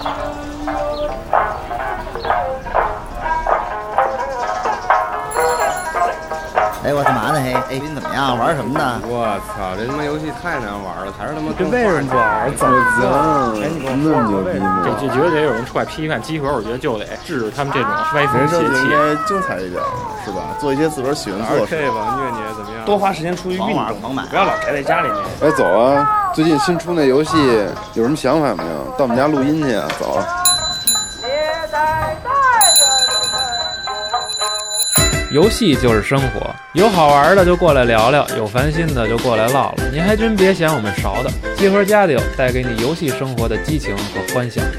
哎，我干嘛呢？嘿，哎，你怎么样？玩什么呢？ 我操，这他妈游戏太难玩了，还是他妈这为什么不玩？怎么哎，你跟我说为什么？ 这绝对有人出来批判集合，我觉得就得制止他们这种歪风邪气。 人生应该精彩一点，是吧？做一些自个儿喜欢做的事。 这吧，虐你怎么样？ 多花时间出去运动，不要老宅在家里面。 哎，走啊！最近新出那游戏有什么想法没有？到我们家录音去啊！走。 游戏就是生活，有好玩的就过来聊聊，有烦心的就过来唠唠。你还真别嫌我们勺的，集合家里有带给你游戏生活的激情和欢笑。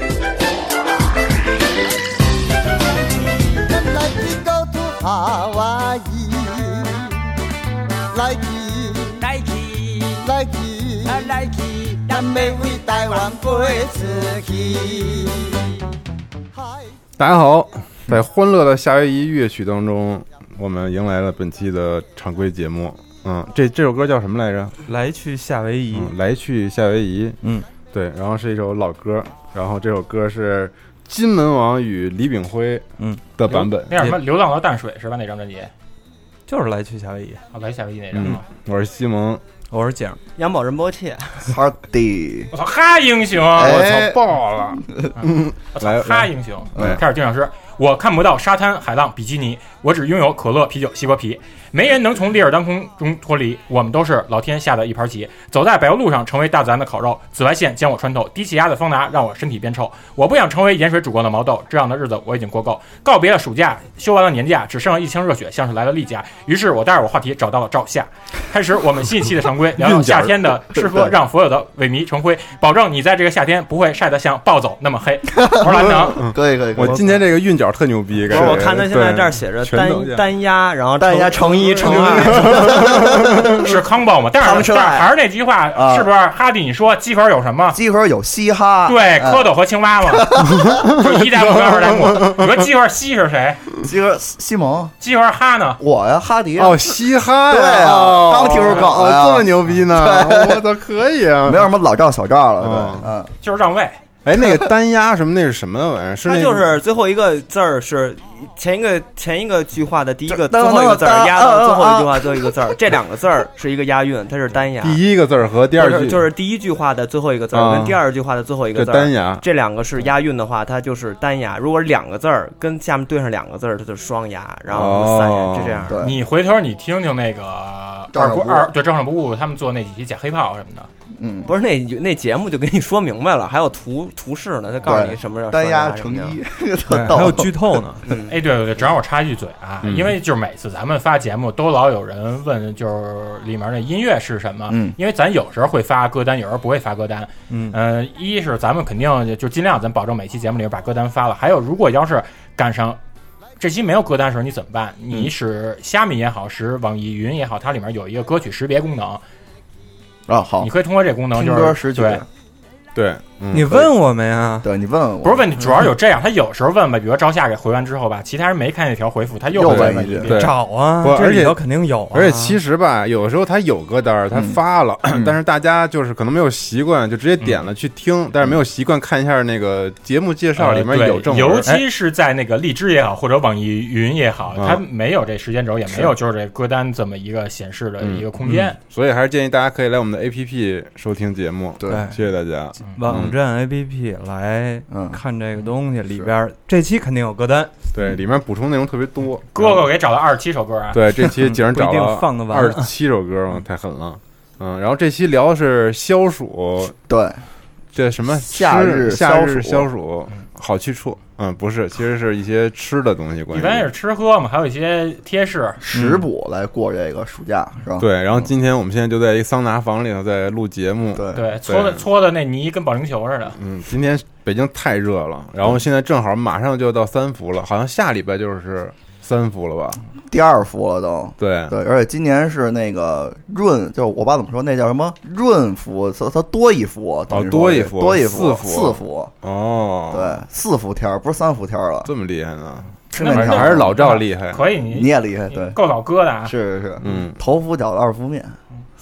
大家好，在欢乐的夏威夷乐曲当中，我们迎来了本期的常规节目。这首歌叫什么来着？ 来去夏威夷。 来去夏威夷。对，然后是一首老歌，然后这首歌是金门王与李炳辉的版本。 那叫什么？流浪到淡水是吧？那张专辑就是来去夏威夷。 来夏威夷那张。 我是西蒙， 我是景， 杨宝仁波切 ，Hardy。 我操，哈英雄！我操，爆了！我操，哈英雄！开始定老师。我看不到沙滩、海浪、比基尼，我只拥有可乐、啤酒、西瓜皮。没人能从烈日当空中脱离，我们都是老天下的一盘棋。走在柏油路上，成为大自然的烤肉。紫外线将我穿透，低气压的风拿让我身体变臭。我不想成为盐水煮过的毛豆，这样的日子我已经过够。告别了暑假，休完了年假，只剩下一腔热血，像是来了例假。于是我带着我话题找到了赵夏，开始我们新一期的常规，聊聊夏天的吃喝，让所有的萎靡成灰，保证你在这个夏天不会晒得像暴走那么黑。我是蓝能， 可以。我今天这个韵脚特牛逼， 我看他现在这儿写着单压，然后单压乘一乘二， 是康宝吗？但是还是那句话，是不是哈迪？你说鸡盒有什么？ 鸡盒有嘻哈， 对，蝌蚪和青蛙嘛，就一代目跟二代目。你说鸡盒西是谁？ 鸡盒西蒙， 鸡盒哈呢？ 我呀，哈迪。 嘻哈呀， 对啊，刚听说搞呀， 这么牛逼呢？我操，可以啊， 没有什么老赵小赵了， 就是让位。 哎，那个单压什么？那是什么玩意儿？是它就是最后一个字儿是前一个句话的第一个最后一个字儿压到最后一句话最后一个字儿，这两个字儿是一个押韵，它是单押。 第一个字儿和第二句就是第一句话的最后一个字儿跟第二句话的最后一个字儿单押， 这两个是押韵的话，它就是单押；如果两个字儿跟下面对上两个字儿，它就是双押，然后三押，就这样。 你回头你听听那个对正上不误他们做那几期假黑炮什么的。 不是那节目就给你说明白了，还有图示呢，他告诉你什么叫单压乘一， 还有剧透呢。 哎，对，正好我插一句嘴啊，因为就是每次咱们发节目都老有人问，就是里面的音乐是什么？因为咱有时候会发歌单，有时候不会发歌单。一是咱们肯定就尽量咱保证每期节目里边把歌单发了，还有如果要是赶上这期没有歌单的时候，你怎么办？你使虾米也好，使网易云也好，它里面有一个歌曲识别功能。 好， 你可以通过这功能就是听歌识曲。 对， 你问我们呀？ 对，你问我， 不是问你，主要有这样，他有时候问吧，比如赵夏给回完之后吧，其他人没看那条回复，他又问一句， 找啊， 这里头肯定有。 而且其实吧，有的时候他有歌单，他发了，但是大家就是可能没有习惯，就直接点了去听，但是没有习惯看一下那个节目介绍里面有正文， 尤其是在那个荔枝也好，或者网易云也好，它没有这时间轴，也没有就是这歌单这么一个显示的一个空间， 所以还是建议大家可以来我们的 APP 收听节目。 对， 谢谢大家。 网站 APP 来看这个东西，里边这期肯定有歌单， 对，里面补充内容特别多。 哥哥给找了27首歌啊， 对，这期竟然找了 27 首歌嘛，太狠了。然后这期聊的是消暑， 对， 这什么夏日消暑好去处。不是，其实是一些吃的东西， 一般是吃喝嘛，还有一些贴士食补来过这个暑假，是吧？ 对，然后今天我们现在就在一个桑拿房里头在录节目， 对，搓的那泥跟保龄球似的。 今天北京太热了，然后现在正好马上就到3伏了，好像下礼拜就是3伏了吧？ 第2伏了都。 对， 而且今年是那个闰，就我爸怎么说，那叫什么闰伏，它多一伏， 多一伏 ，4伏。对，4伏天不是3伏天了， 这么厉害呢？ 还是老赵厉害， 可以， 你也厉害，对， 够老哥的啊！ 是，头伏饺子2伏面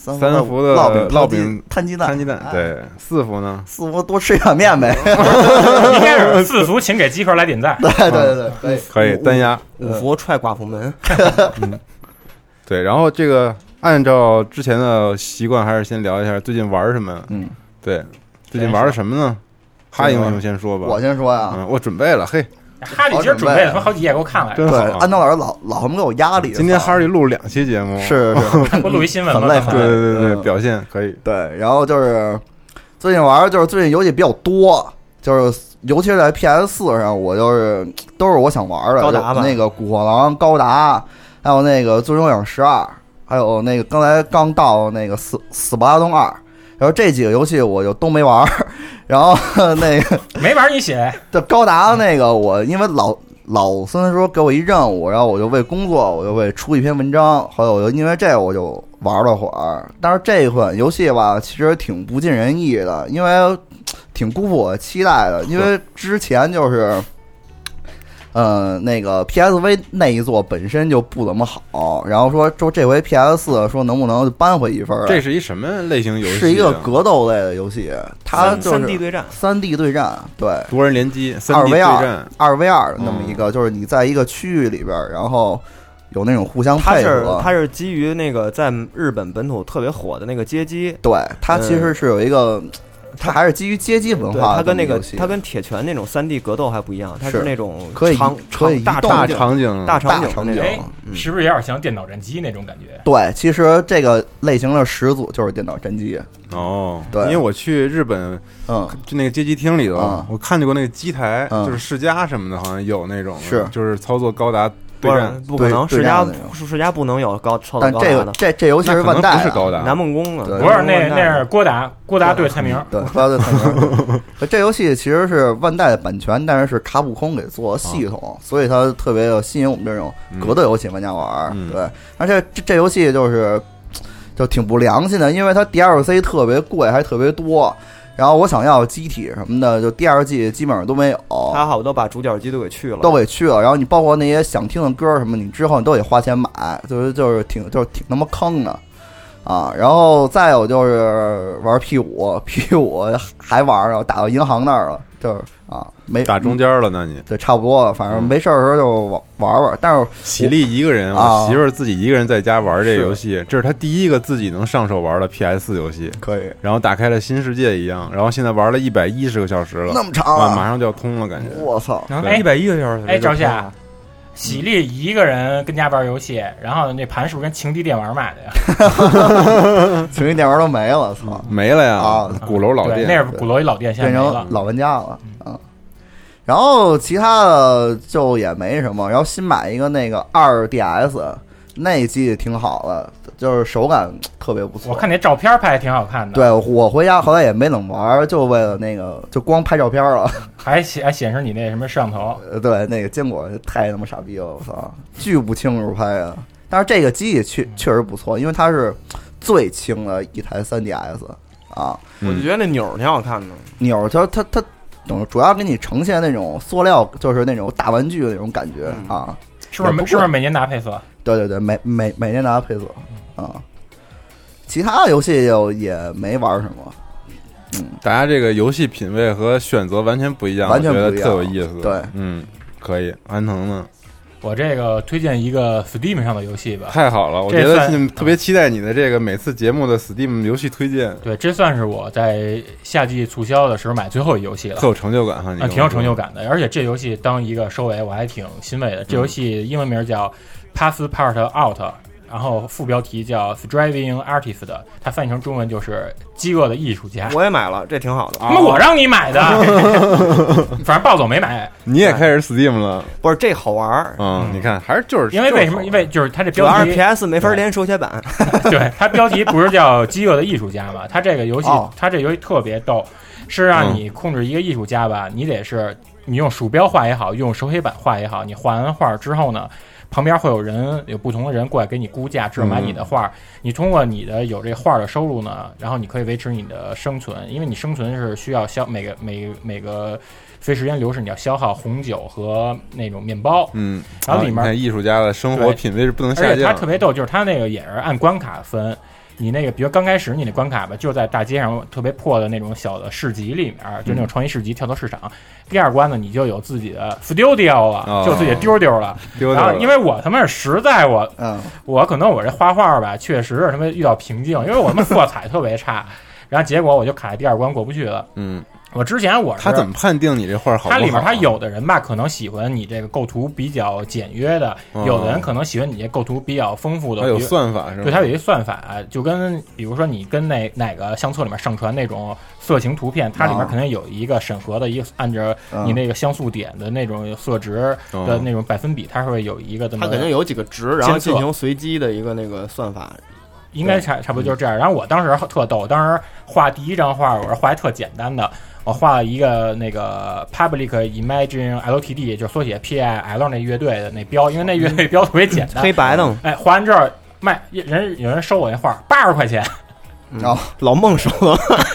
3伏的烙饼摊鸡蛋， 对，4伏呢 ？4伏多吃一碗面呗。 应该是4伏，请给鸡壳来点赞。 对， 可以单压。 5伏踹寡妇门。 对，然后这个按照之前的习惯，还是先聊一下最近玩什么。对，最近玩了什么呢？哈英雄先说吧。 我先说呀。 我准备了，嘿。 哈利其实准备了好几页给我看来， 真好。 对，安东老师老他妈给我压力。 今天哈利录2期节目， 是我录一新闻很累。 对，表现可以。 对，然后就是最近玩，就是最近游戏比较多，就是尤其是在 PS4 上，我就是都是我想玩的。 高达吧， 那个古惑狼、高达，还有那个最终影12，还有那个刚才刚到那个斯巴达东2。然后这几个游戏我就都没玩，然后那个没玩你写这高达那个我因为老孙说给我一任务，然后我就为工作我就为出一篇文章，后来我就因为这我就玩了会儿。但是这款游戏吧其实挺不尽人意的，因为挺辜负我期待的，因为之前就是那个 PSV 那一座本身就不怎么好，然后说这回 PS4 说能不能扳回一分。 这是一什么类型游戏？ 是一个格斗类的游戏，它就是 3D 对战， 对， 多人联机，2v2 的那么一个，就是你在一个区域里边，然后有那种互相配合。 它是基于那个在日本本土特别火的那个街机， 对，它其实是有一个。它还是基于街机文化的， 它跟铁拳那种3D 格斗还不一样，它是那种可以大场景那种， 是不是有点像电脑战机那种感觉？ 对，其实这个类型的始祖就是电脑战机。 哦， 对， 因为我去日本，就那个街机厅里头，我看见过那个机台，就是世嘉什么的，好像有那种，就是操作高达。对战不可能，世嘉不能有操作高达的。 这游戏是万代， 不是高达， 南梦宫的， 不是那是郭达对蔡明， 对郭达对蔡明。这游戏其实是万代的版权，但是卡普空给做系统，所以它特别的吸引我们这种格斗游戏玩家玩。对，而且这游戏就挺不良心的，因为它 DLC 特别贵，还特别多。然后我想要机体什么的，就第2季基本上都没有。 还好都把主角机都给去了。 然后你包括那些想听的歌什么，你之后你都得花钱买，就是挺他妈坑的啊。然后再有就是玩 P5 还玩，然后打到银行那儿了，就是没打中间了，那你对差不多了，反正没事的时候就玩。但是喜力一个人，我媳妇儿自己一个人在家玩这游戏，这是她第一个自己能上手玩的 PS4 游戏， 可以。 然后打开了新世界一样，然后现在玩了110个小时了， 那么长啊， 马上就要通了，感觉。 我操 ！110个小时。 哎，赵夏，喜力一个人跟家玩游戏，然后那盘是不是跟情敌电玩买的呀？情敌电玩都没了，操， 没了呀！鼓楼老店， 那是鼓楼一老店，现在变成老玩家了。然后其他的就也没什么，然后新买一个那个2DS， 那机挺好的，就是手感特别不错。 我看那照片拍的挺好看的。 对，我回家后来也没怎么玩，就为了那个，就光拍照片了。 还显示你那什么摄像头？ 对，那个坚果太他妈傻逼了，我操，巨不清楚拍的。但是这个机器确实不错，因为它是最轻的一台 3DS 啊。 我就觉得那钮挺好看的， 钮它主要给你呈现那种塑料，就是那种大玩具的那种感觉啊。 是不是每年拿配色？ 对，每年拿配色啊。其他的游戏也没玩什么。 大家这个游戏品味和选择完全不一样， 完全不一样， 我觉得特有意思。 对， 可以。安藤呢？ 我这个推荐一个 Steam 上的游戏吧。 太好了，我觉得特别期待你的这个每次节目的 Steam 游戏推荐。 对，这算是我在夏季促销的时候买最后一游戏了， 特有成就感哈， 挺有成就感的。而且这游戏当一个收尾，我还挺欣慰的。这游戏英文名叫 Passport Out， 然后副标题叫 Striving Artist， 它翻译成中文就是饥饿的艺术家。 我也买了，这挺好的。 那我让你买的，反正暴总没买。 你也开始 Steam 了？ 不是，这好玩。 你看，还是就是因为为什么？因为就是它这标题 PS 没法连手写板。 对，它标题不是叫饥饿的艺术家嘛？它这个游戏，它这游戏特别逗，是让你控制一个艺术家吧？你得是你用鼠标画也好，用手写板画也好，你画完画之后呢？旁边会有不同的人过来给你估价，置买你的画。你通过你的有这画的收入呢，然后你可以维持你的生存，因为你生存是需要每个非时间流逝，你要消耗红酒和那种面包。然后里面艺术家的生活品味是不能下降。 而且它特别逗，就是它那个也是按关卡分。 你那个比如刚开始你那关卡吧，就在大街上特别破的那种小的市集里面，就那种创意市集跳蚤市场。第二关呢，你就有自己的 studio 了，就自己的丢了。然后因为我他妈是实在我可能我这画画吧，确实是他妈遇到瓶颈，因为我他妈色彩特别差，然后结果我就卡在第二关过不去了。我之前他怎么判定你这画好不好？ 他里面他有的人吧，可能喜欢你这个构图比较简约的，有的人可能喜欢你这构图比较丰富的。 它有算法是吧？ 对，它有一算法，就跟比如说你跟哪个相册里面上传那种色情图片，它里面肯定有一个审核的一个按照你那个像素点的那种色值的那种百分比，它会有一个这么。 它肯定有几个值，然后进行随机的一个那个算法。 应该差不多就是这样。然后我当时特逗，当时画第一张画，我是画一特简单的。我画了一个那个 Public Imagine Ltd， 就缩写 PIL 那乐队的那标，因为那乐队标特别简单， 黑白的。 哎，画完之后卖有人收我那画80块钱， 老孟收了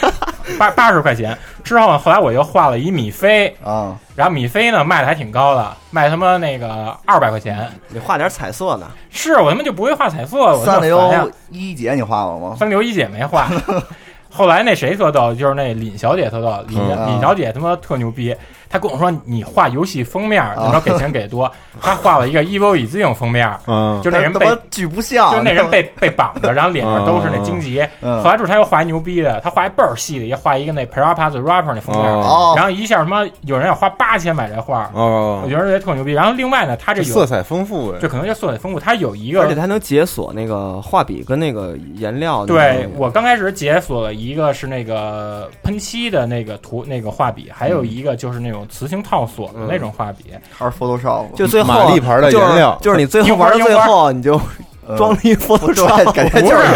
80块钱。之后后来我又画了一米菲然后米菲呢卖的还挺高的，卖他妈那个200块钱。 你画点彩色的。 是我他妈就不会画彩色，我三流一姐你画了吗？ 三流一姐没画。后来那谁特逗，就是那尹小姐特逗，尹小姐他妈特牛逼，她跟我说你画游戏封面，怎么着给钱给多，她画了一个 Evil Within 封面，就那人被巨不像， 就那人被绑着，然后脸上都是那荆棘。后来之后他又画一牛逼的，他画一倍儿细的，也画一个那 Parappa the Rapper 那封面，然后一下他妈有人要花8000买这画，我觉得这特牛逼。然后另外呢，他这有色彩丰富， 这可能就色彩丰富，他有一个， 而且他能解锁那个画笔跟那个颜料。 对，我刚开始解锁了一个是那个喷漆的那个那个画笔，还有一个就是那种磁性套索的那种画笔， 还是 Photoshop， 就最后玛丽牌的颜料， 就是你最后玩到最后你就装了一 Photoshop， 感觉不是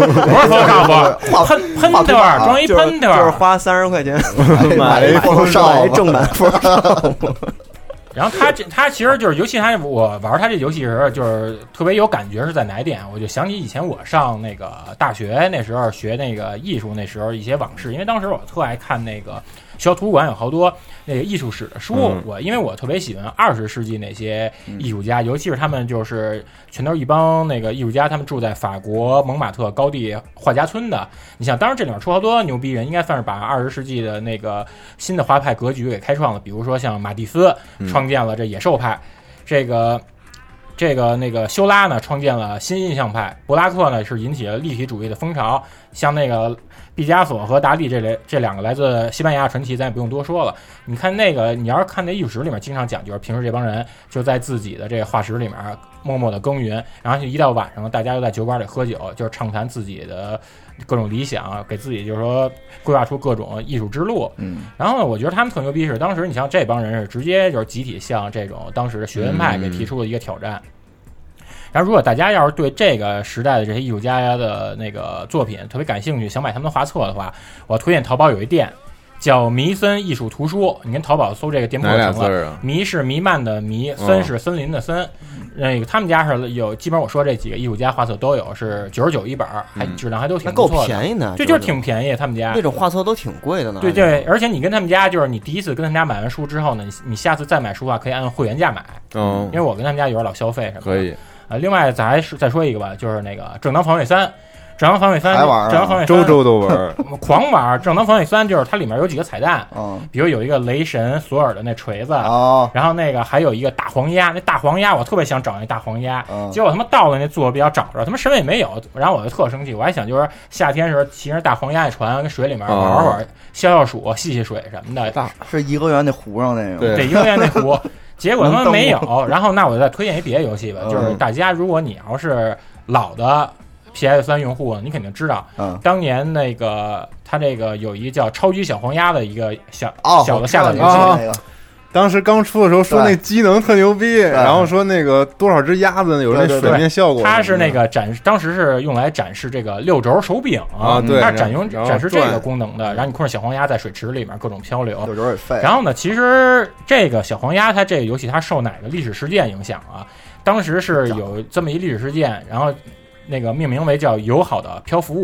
Photoshop， 喷头装一喷头， 就是花30块钱买了一 Photoshop 正版 Photoshop。 然后他其实就是尤其我玩他这游戏时就是特别有感觉是在哪一点，我就想起以前我上那个大学那时候学那个艺术那时候一些往事，因为当时我特爱看那个学校图书馆有好多那个艺术史的书，因为我特别喜欢20世纪那些艺术家，尤其是他们就是全都是一帮那个艺术家，他们住在法国蒙马特高地画家村的。你像当时这里面出好多牛逼人，应该算是把20世纪的那个新的画派格局给开创了，比如说像马蒂斯创建了这野兽派，这个那个修拉呢创建了新印象派，柏拉克呢是引起了立体主义的风潮，像那个毕加索和达利这两个来自西班牙传奇咱也不用多说了。你看那个你要是看那艺术史里面经常讲，就是平时这帮人就在自己的这个画室里面默默的耕耘，然后一到晚上大家又在酒馆里喝酒，就是畅谈自己的各种理想，给自己就是说规划出各种艺术之路。然后呢我觉得他们特牛逼是当时你像这帮人是直接就是集体向这种当时的学院派给提出了一个挑战。然后如果大家要是对这个时代的这些艺术家的那个作品特别感兴趣，想买他们的画册的话，我推荐淘宝有一店叫弥森艺术图书，你跟淘宝搜这个店铺就成了。弥是弥漫的弥，森是森林的森。那个他们家是有基本上我说这几个艺术家画册都有，是99一本，还质量还都挺不错的， 够便宜的。 对，就是挺便宜，他们家那种画册都挺贵的呢。 对对，而且你跟他们家就是你第一次跟他们家买完书之后呢，你下次再买书啊可以按会员价买。因为我跟他们家有点老消费什么的。可以。另外再说一个吧，就是那个正当防卫3。正当防卫3， 周都玩， 狂玩。正当防卫3就是它里面有几个彩蛋，比如有一个雷神索尔的那锤子，然后那个还有一个大黄鸭，那大黄鸭我特别想找那大黄鸭，结果他妈到了那坐标找着，他妈什么也没有，然后我就特生气，我还想就是夏天时候骑着大黄鸭那船跟水里面玩会儿，消暑、戏水什么的， 是颐和园那湖上那个， 对，颐和园那湖。结果他妈没有，然后那我再推荐一别的游戏吧，就是大家如果你要是老的PS3 用户，你肯定知道，当年那个他这个有一个叫超级小黄鸭的一个小的下载游戏， 当时刚出的时候说那机能特牛逼，然后说那个多少只鸭子有那水面效果， 它是那个当时是用来展示这个6轴手柄对， 它是展示这个功能的，然后你控制小黄鸭在水池里面各种漂流 ，6轴也废。 然后呢，其实这个小黄鸭它这个游戏它受哪个历史事件影响啊？当时是有这么一历史事件，然后那个命名为叫友好的漂浮物，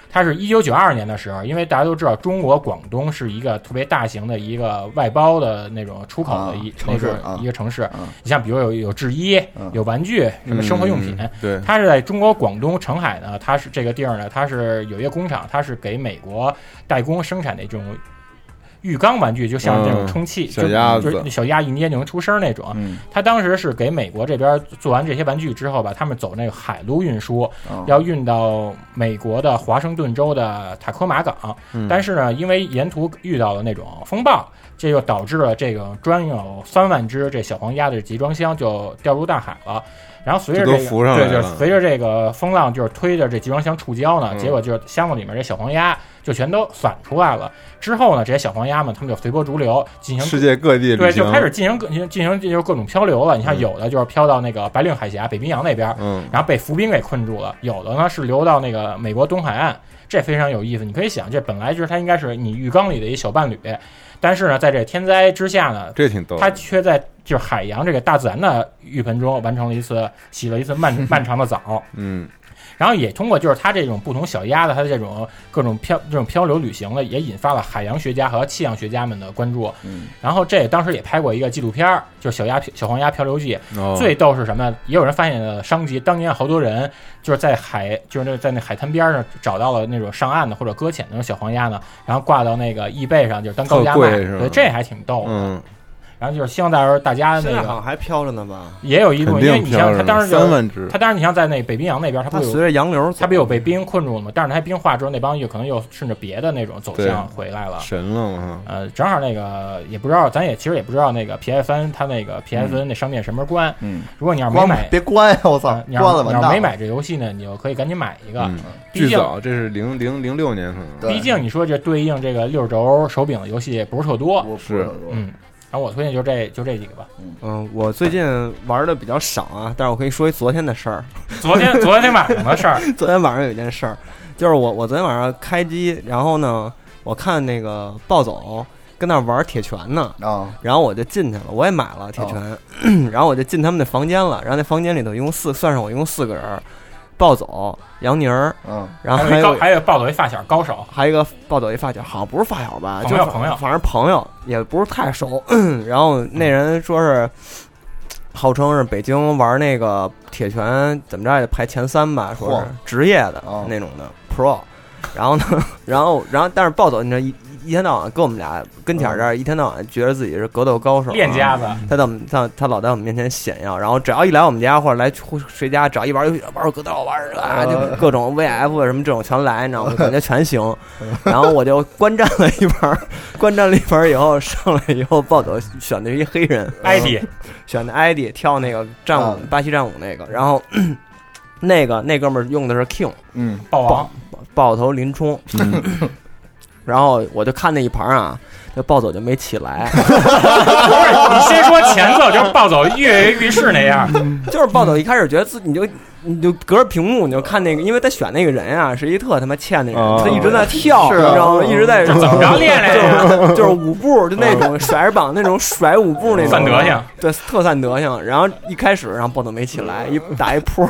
它是1992年的时候，因为大家都知道中国广东是一个特别大型的一个外包的那种出口的城市一个城市。你像比如有制衣、有玩具、什么生活用品， 对， 它是在中国广东澄海呢，它是这个地儿呢，它是有一个工厂，它是给美国代工生产的这种浴缸玩具，就像那种充气小鸭子， 就是小鸭一捏就能出声那种。他当时是给美国这边做完这些玩具之后吧，他们走那个海路运输，要运到美国的华盛顿州的塔科马港。但是呢，因为沿途遇到了那种风暴，这就导致了这个专有3万只这小黄鸭的集装箱就掉入大海了。然后随着这个对，随着这个风浪就是推着这集装箱触礁呢，结果就是箱子里面这小黄鸭就全都散出来了。之后呢，这些小黄鸭们他们就随波逐流，进行世界各地旅行， 对，就开始进行就是各种漂流了。你看，有的就是漂到那个白令海峡、北冰洋那边，然后被浮冰给困住了；有的呢是流到那个美国东海岸，这非常有意思。你可以想，这本来就是它应该是你浴缸里的一小伴侣，但是呢，在这天灾之下呢， 这挺逗， 它却在就是海洋这个大自然的浴盆中完成了洗了一次漫长的澡。然后也通过就是它这种不同小鸭的它的这种各种漂流旅行了，也引发了海洋学家和气象学家们的关注。然后这当时也拍过一个纪录片，就是小黄鸭漂流记。最逗是什么？也有人发现了商机，当年好多人就是在那海滩边上找到了那种上岸的或者搁浅的那种小黄鸭呢，然后挂到那个易贝上，就是当高价卖。对，这还挺逗的。然后就是希望大家那个好像还飘着呢吧， 也有一部分，因为你像他当时 3万只， 他当时你像在那北冰洋那边，他随着洋流， 他不有被冰困住了吗？但是他冰化之后，那帮可能又顺着别的那种走向回来了， 神了嘛。 正好那个也不知道，其实也不知道那个 PSN 他那个 PSN 那商店什么时候关。如果你要是没买， 别关呀！我操， 你要没买这游戏呢，你就可以赶紧买一个。 巨早，这是2006年可能。 毕竟你说这对应这个60轴手柄的游戏也不是特多， 是然后我推荐就这几个吧。 我最近玩的比较少啊，但是我可以说一昨天的事儿。 昨天晚上的事儿。 昨天晚上有一件事儿，就是我昨天晚上开机，然后呢，我看那个暴走跟那玩铁拳呢，然后我就进去了，我也买了铁拳，然后我就进他们那房间了，然后那房间里头一共算上我一共4个人。暴走、杨宁儿，然后还有暴走一发小高手， 还有一个暴走一发小，好像不是发小吧， 朋友， 反正朋友也不是太熟。然后那人说是号称是北京玩那个铁拳怎么着也排前3吧，说是职业的那种的 Pro。然后呢，然后但是暴走你这一天到晚跟我们俩跟前这儿一天到晚觉得自己是格斗高手， 练家子。 他老在我们面前显耀，然后只要一来我们家或者来谁家，只要一玩游戏玩格斗玩就各种 VF 什么这种全来，你知道吗？感觉全行。然后我就观战了一盘以后上来以后，暴走选的一黑人 ID， 选的 ID 跳那个战舞巴西战舞那个，然后那哥们儿用的是 King， 爆头林冲。然后我就看那一盘啊，这暴走就没起来。 不是，你先说前奏，就是暴走跃跃欲试那样。 就是暴走一开始觉得你就隔着屏幕你就看那个，因为他选那个人啊是一特他妈欠的人，他一直在跳，你知道吗？一直在怎么着练来着，就是舞步，就那种甩着膀那种甩舞步那种。 散德性， 对，特散德性。然后一开始，然后暴走没起来，打一坡。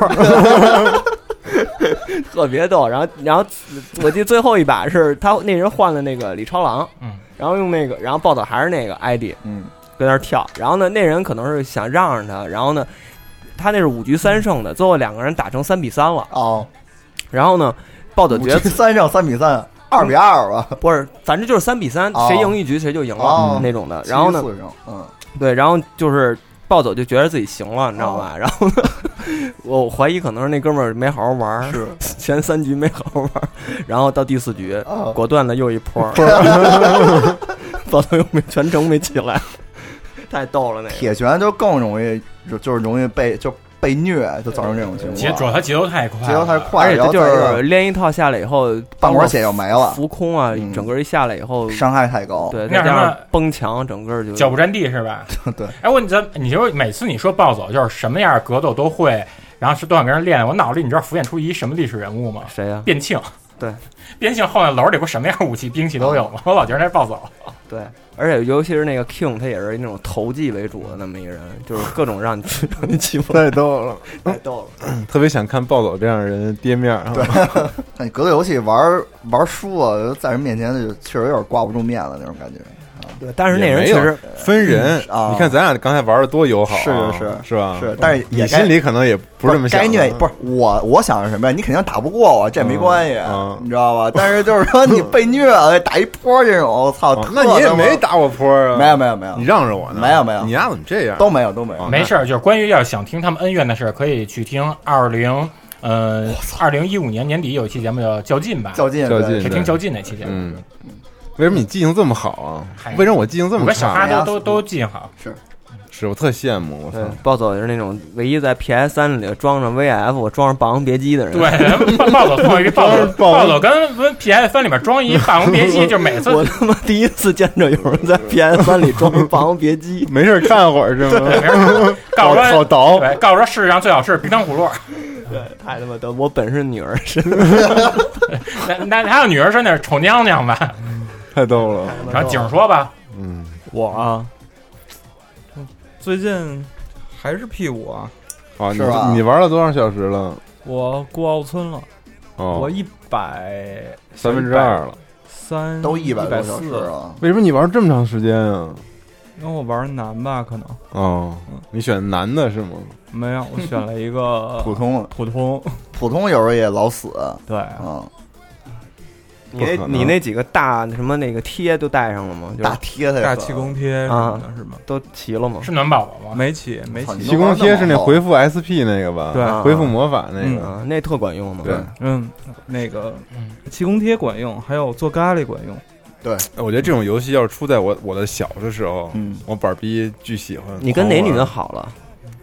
特别逗，然后我记得最后一把是他那人换了那个李超郎，然后用那个，然后暴走还是那个 ID，跟那儿跳，然后呢那人可能是想让着他，然后呢他那是5局3胜的，最后2个人打成3比3了然后呢暴走觉得 3胜3比3，2比2吧， 不是，反正就是3比3，谁赢一局谁就赢了那种的，然后呢对，然后就是暴走就觉得自己行了，你知道吧？然后呢，我怀疑可能是那哥们儿没好好玩， 是前3局没好好玩，然后到第4局，果断的又一波，暴走又全程没起来，太逗了。那铁拳就更容易，就是容易被虐，就造成这种情况。 主要他节奏太快， 而且他就是连一套下来以后， 半管血就没了， 浮空啊，整个一下来以后伤害太高， 对，再加上崩墙，整个就脚不沾地是吧？ 对。 哎，你说每次你说暴走就是什么样格斗都会，然后是都想跟人练，我脑子里你知道浮现出一什么历史人物吗？ 谁呀？ 卞庆。 对， 卞庆后面楼里不什么样武器兵器都有吗？我老觉得那暴走。 对，而且尤其是那个 King， 他也是那种投技为主的那么一个人，就是各种让你欺负， 太逗了， 太逗了。 特别想看暴走这样的人跌面。 对，那你格斗游戏玩输啊，在人面前就确实有点挂不住面子那种感觉。 对，但是那人确实分人啊。 你看咱俩刚才玩的多友好，是吧？ 是，但是你心里可能也不是这么想。 该虐不是我想是什么呀？你肯定打不过我，这没关系，你知道吧？但是就是说你被虐了，打一坡这种，我操！ 那你也没打我坡啊？ 没有， 你让着我呢？ 没有， 你丫怎么这样？ 都没有。 没事，就是关于要想听他们恩怨的事，可以去听2015年年底有一期节目叫较劲吧， 较劲， 去听较劲那期节目。 为什么你记性这么好啊？为什么我记性这么差？ 我跟小哈都记性好， 是我特羡慕。我操， 暴走也是那种唯一在 PS3 里装上 VF， 我装上霸王别姬的人。 对，暴走放一暴走跟 PS3 里面装一霸王别姬，就每次我他妈第一次见着有人在 PS3 里装上霸王别姬， 没事看会儿是吗？ 没事，告诉好倒， 对，告诉说世界上最好吃冰糖葫芦。 对，太他妈逗！我本是女儿身， 那还有女儿身那是丑娘娘吧？ 太逗了。 然后景说吧， 我啊，最近还是 P5啊。 啊，你玩了多少小时了？ 我过奥村了，我 100%了， 都100多小时了。 为什么你玩这么长时间啊？ 因为我玩难吧，可能。 你选难的是吗？ 没有，我选了一个普通， 有时候也老死。 对， 你那几个大什么那个贴都带上了吗？ 大贴的大气功贴啊，是吗？ 都齐了吗？ 是暖宝宝吗？ 没齐。 气功贴是那回复 SP 那个吧？ 对， 回复魔法那个， 那特管用嘛。 对， 那个气功贴管用，还有做咖喱管用。 对， 我觉得这种游戏要是出在我的小的时候，我板逼巨喜欢。 你跟哪女的好了？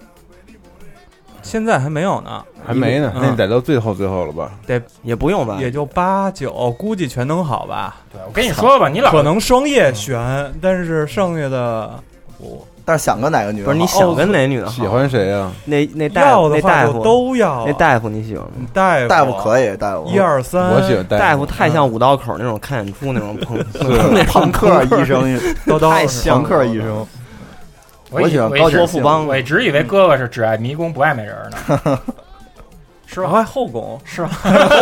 现在还没有呢， 还没呢，那你得到最后了吧？ 得也不用吧， 也就8、9，估计全能好吧？ 对，我跟你说吧，你老可能双叶选，但是剩下的但是想跟哪个女的？ 不是你想跟哪女的？ 喜欢谁啊？ 那大夫都要。 那大夫你喜欢吗？ 大夫可以，大夫 1、2、3， 我喜欢大夫，太像五道口那种看演出那种朋克医生， 太像朋克医生。 我喜欢高脚富邦， 我一直以为哥哥是只爱迷宫不爱美人呢，是吧？ 还后宫是吧？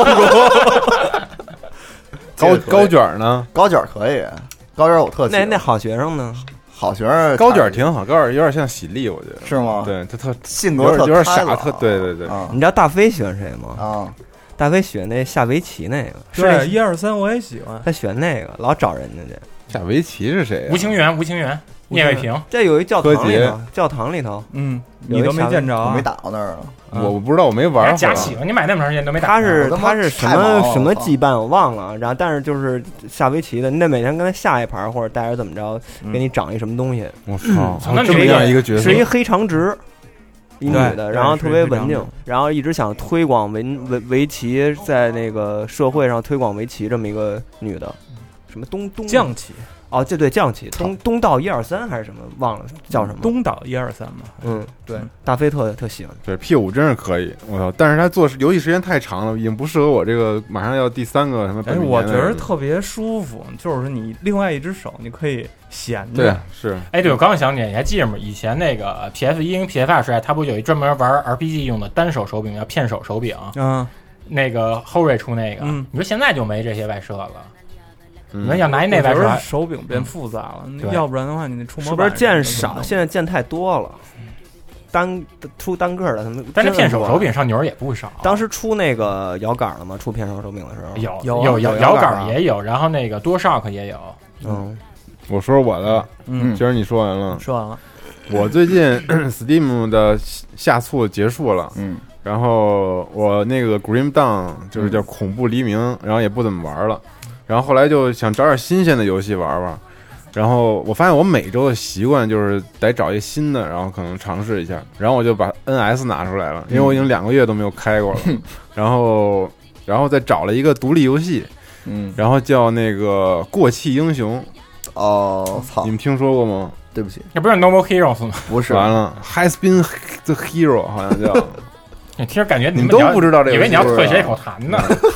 高卷呢？ 高卷可以，高卷我特喜欢。 那好学生呢？ 好学生高卷挺好，高卷有点像喜力，我觉得是吗？ 对，他特性格有点傻，对。 你知道大飞喜欢谁吗？大飞喜欢那下围棋那个。 对，1、2、3我也喜欢。 他喜欢那个，老找人家去。 下围棋是谁？ 吴清源。聂卫平， 这有一教堂里头， 你都没见着， 我没打到那儿啊， 我不知道，我没玩。 假喜欢，你买那么长时间都没打。 他是什么羁绊我忘了，然后但是就是下围棋的，你得每天跟他下一盘，或者带着怎么着，给你长一什么东西。 我操，这么样一个角色， 是一黑长直，一女的，然后特别文静，然后一直想推广围棋，在那个社会上推广围棋这么一个女的，什么东将棋。 这对将棋东道1、2、3还是什么忘了叫什么？ 东岛1、2、3嘛。 对，大飞特喜欢。 对 P5 真是可以，我操！但是他做游戏时间太长了，已经不适合我这个马上要第3个什么。 我觉得特别舒服，就是你另外一只手你可以闲着。 对，是。 对，我刚想起来，你还记得吗？以前那个 PS1 跟 PS2 时代，它不有一专门玩 RPG 用的单手手柄叫片手手柄？那个后瑞出那个，你说现在就没这些外设了。你们要拿一内外手柄变复杂了，要不然的话你那触摸是不是键少？现在键太多了，出单个的他们。 但是片手手柄上钮也不少。 当时出那个摇杆了吗？出片手手柄的时候有摇杆也有，然后那个多 shock 也有。 我说我的，今儿你说完了。 说完了。 我最近 Steam 的下促结束了，然后我那个 Grim Dawn 就是叫恐怖黎明，然后也不怎么玩了。然后后来就想找点新鲜的游戏玩玩，然后我发现我每周的习惯就是得找一新的，然后可能尝试一下。然后我就把 NS 拿出来了，因为我已经2个月都没有开过了。然后再找了一个独立游戏，然后叫那个过气英雄。 操！ 你们听说过吗？ 对不起， 那不是 Noble Heroes 吗？ 不是， 完了 Has been the hero 好像叫。 你听着感觉你们都不知道这个， 以为你要退谁口痰呢？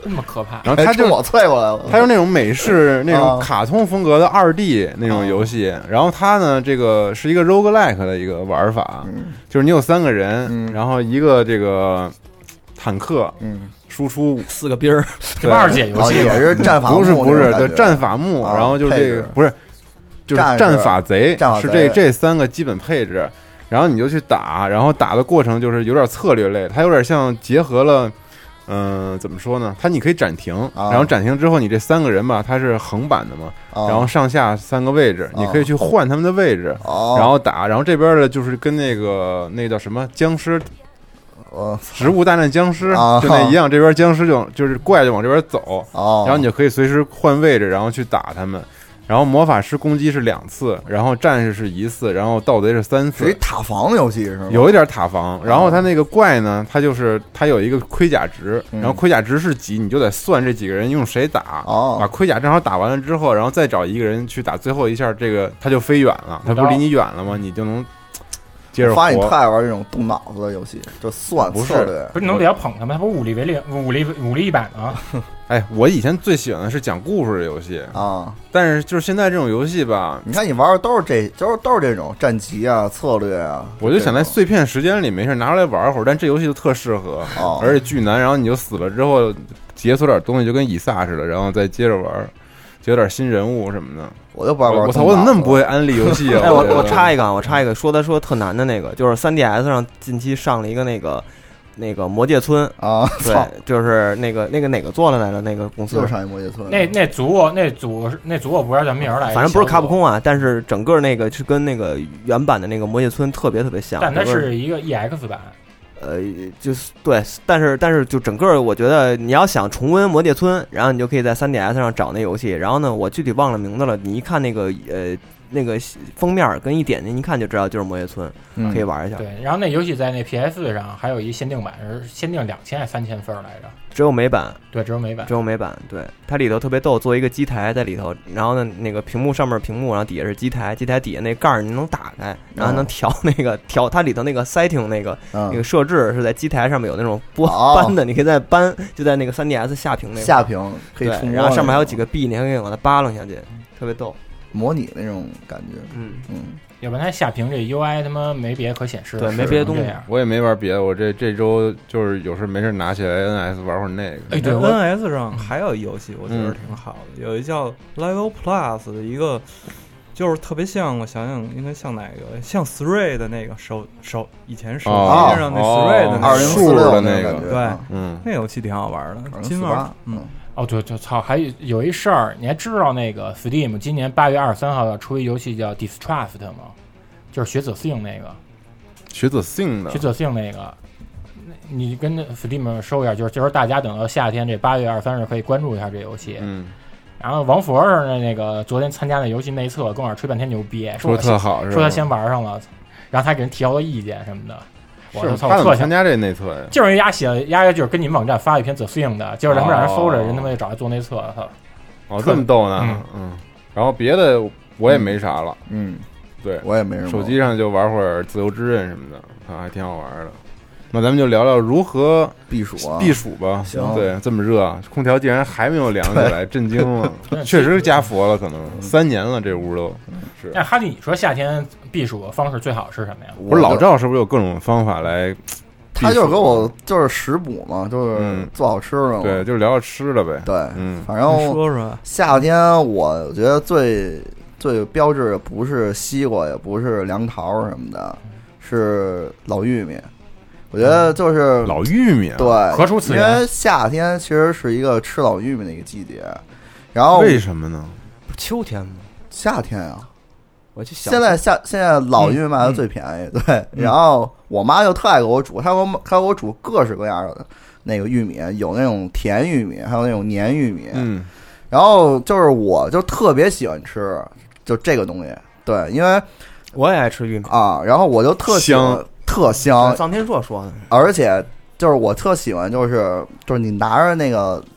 这么可怕。 然后他就我踹过来了， 他有那种美式那种卡通风格的2D 那种游戏，然后他呢这个是一个 roguelike 的一个玩法，就是你有3个人，然后一个这个坦克，输出 4个兵儿， 这2解游戏也是战法木， 不是对战法木，然后就是这个不是就是战法贼，是这3个基本配置。然后你就去打，然后打的过程就是有点策略类，它有点像结合了，怎么说呢？你可以暂停，然后暂停之后，你这3个人吧，它是横版的嘛，然后上下3个位置，你可以去换他们的位置，然后打，然后这边的就是跟那叫什么僵尸，植物大战僵尸就那一样，这边僵尸就是怪就往这边走，然后你就可以随时换位置，然后去打他们。然后魔法师攻击是2次，然后战士是1次，然后盗贼是3次。 是一塔防游戏是吗？ 有一点塔防。然后他那个怪呢，他有一个盔甲值，然后盔甲值是几，你就得算这几个人用谁打，把盔甲正好打完了之后，然后再找一个人去打最后一下，这个他就飞远了，他不是离你远了吗？你就能接着活。 发现你特爱玩这种动脑子的游戏，就算不是你能比较捧他们，他不武力为零，武力100吗？ 哎，我以前最喜欢的是讲故事的游戏啊，但是就是现在这种游戏吧， 你看你玩的都是这种战棋啊、策略啊， 我就想在碎片时间里没事拿出来玩会儿，但这游戏就特适合，而且巨难，然后你就死了之后解锁点东西，就跟以撒似的，然后再接着玩，解锁点新人物什么的。 我就不爱玩， 我操，我怎么那么不会安利游戏啊？ 哎，我插一个，说特难的那个，就是 3DS 上近期上了一个那个魔界村啊， 对，就是那个哪个做的来着？那个公司就是上一魔界村。 那组我不知道叫名来着， 反正不是卡普空啊，但是整个那个是跟那个原版的那个魔界村特别像。 但它是一个 EX 版。 就是对，但是就整个我觉得你要想重温魔界村，然后你就可以在 3DS 上找那游戏。然后呢，我具体忘了名字了，你一看那个封面跟一点进一看就知道就是魔界村，可以玩一下。 对，然后那游戏在那 PS 上还有一限定版，是限定2000还3000分来着。 只有美版， 对，只有美版。 对，它里头特别逗，做一个机台在里头，然后呢，那个屏幕上面屏幕，然后底下是机台，机台底下那盖儿你能打开，然后能调它里头那个 setting 那个设置是在机台上面有那种搬的，你可以再搬，就在那个 3DS 下屏可以触摸， 然后上面还有几个币，你还可以往它扒拉下去，特别逗， 模拟那种感觉。 要不然它下屏这 UI 他妈没别的可显示， 对，没别的东西。 我也没玩别的，我这周就是有事没事拿起来 NS 玩会儿那个。 哎，对 ，NS 上还有一游戏，我觉得挺好的，有一叫 Level Plus 的一个，就是特别像，我想想应该像哪个？像 Stray 的那个手以前手机上那 Stray 的那个数的那个， 对，那游戏挺好玩的，金玩， 哦，对，操，还有一事儿，你还知道那个 Steam 今年8月23号要出一游戏叫 Distraft 吗？就是学者性那个， 学者性那个，你跟 Steam 说一下，就是大家等到夏天这8月23日可以关注一下这游戏。然后王佛是那个昨天参加那游戏内测，跟我吹半天牛逼， 说特好， 说他先玩上了，然后他给人提交了意见什么的。 是他怎么参加这内测呀？ 就是人家就是跟你们网站发一篇 The Thing 的，就是他们让人搜着，人他妈就找他做内测。 哦，这么逗呢。然后别的我也没啥了。对， 我也没什么。 手机上就玩会儿自由之刃什么的，还挺好玩的。那咱们就聊聊如何避暑吧。 行， 对，这么热，空调竟然还没有凉起来，震惊了。确实加佛了，可能3年了，这屋都是。 那哈利，你说夏天避暑方式最好是什么呀？ 不是老赵是不是有各种方法来？ 他就是给我就是食补嘛，就是做好吃的嘛。 对，就聊聊吃的呗。 对，反正说说夏天，我觉得最标志的不是西瓜，也不是凉桃什么的，是老玉米。我觉得就是老玉米， 对， 何出此言？ 因为夏天其实是一个吃老玉米的一个季节，然后为什么呢？ 不是秋天吗？ 夏天啊， 我就想现在老玉米卖的最便宜，对。然后我妈就特爱给我煮，她给我煮各式各样的那个玉米，有那种甜玉米，还有那种黏玉米。然后就是我就特别喜欢吃就这个东西，对，因为我也爱吃玉米啊，然后我就特香。特香， 臧天朔说的， 而且就是我特喜欢，就是你拿着那个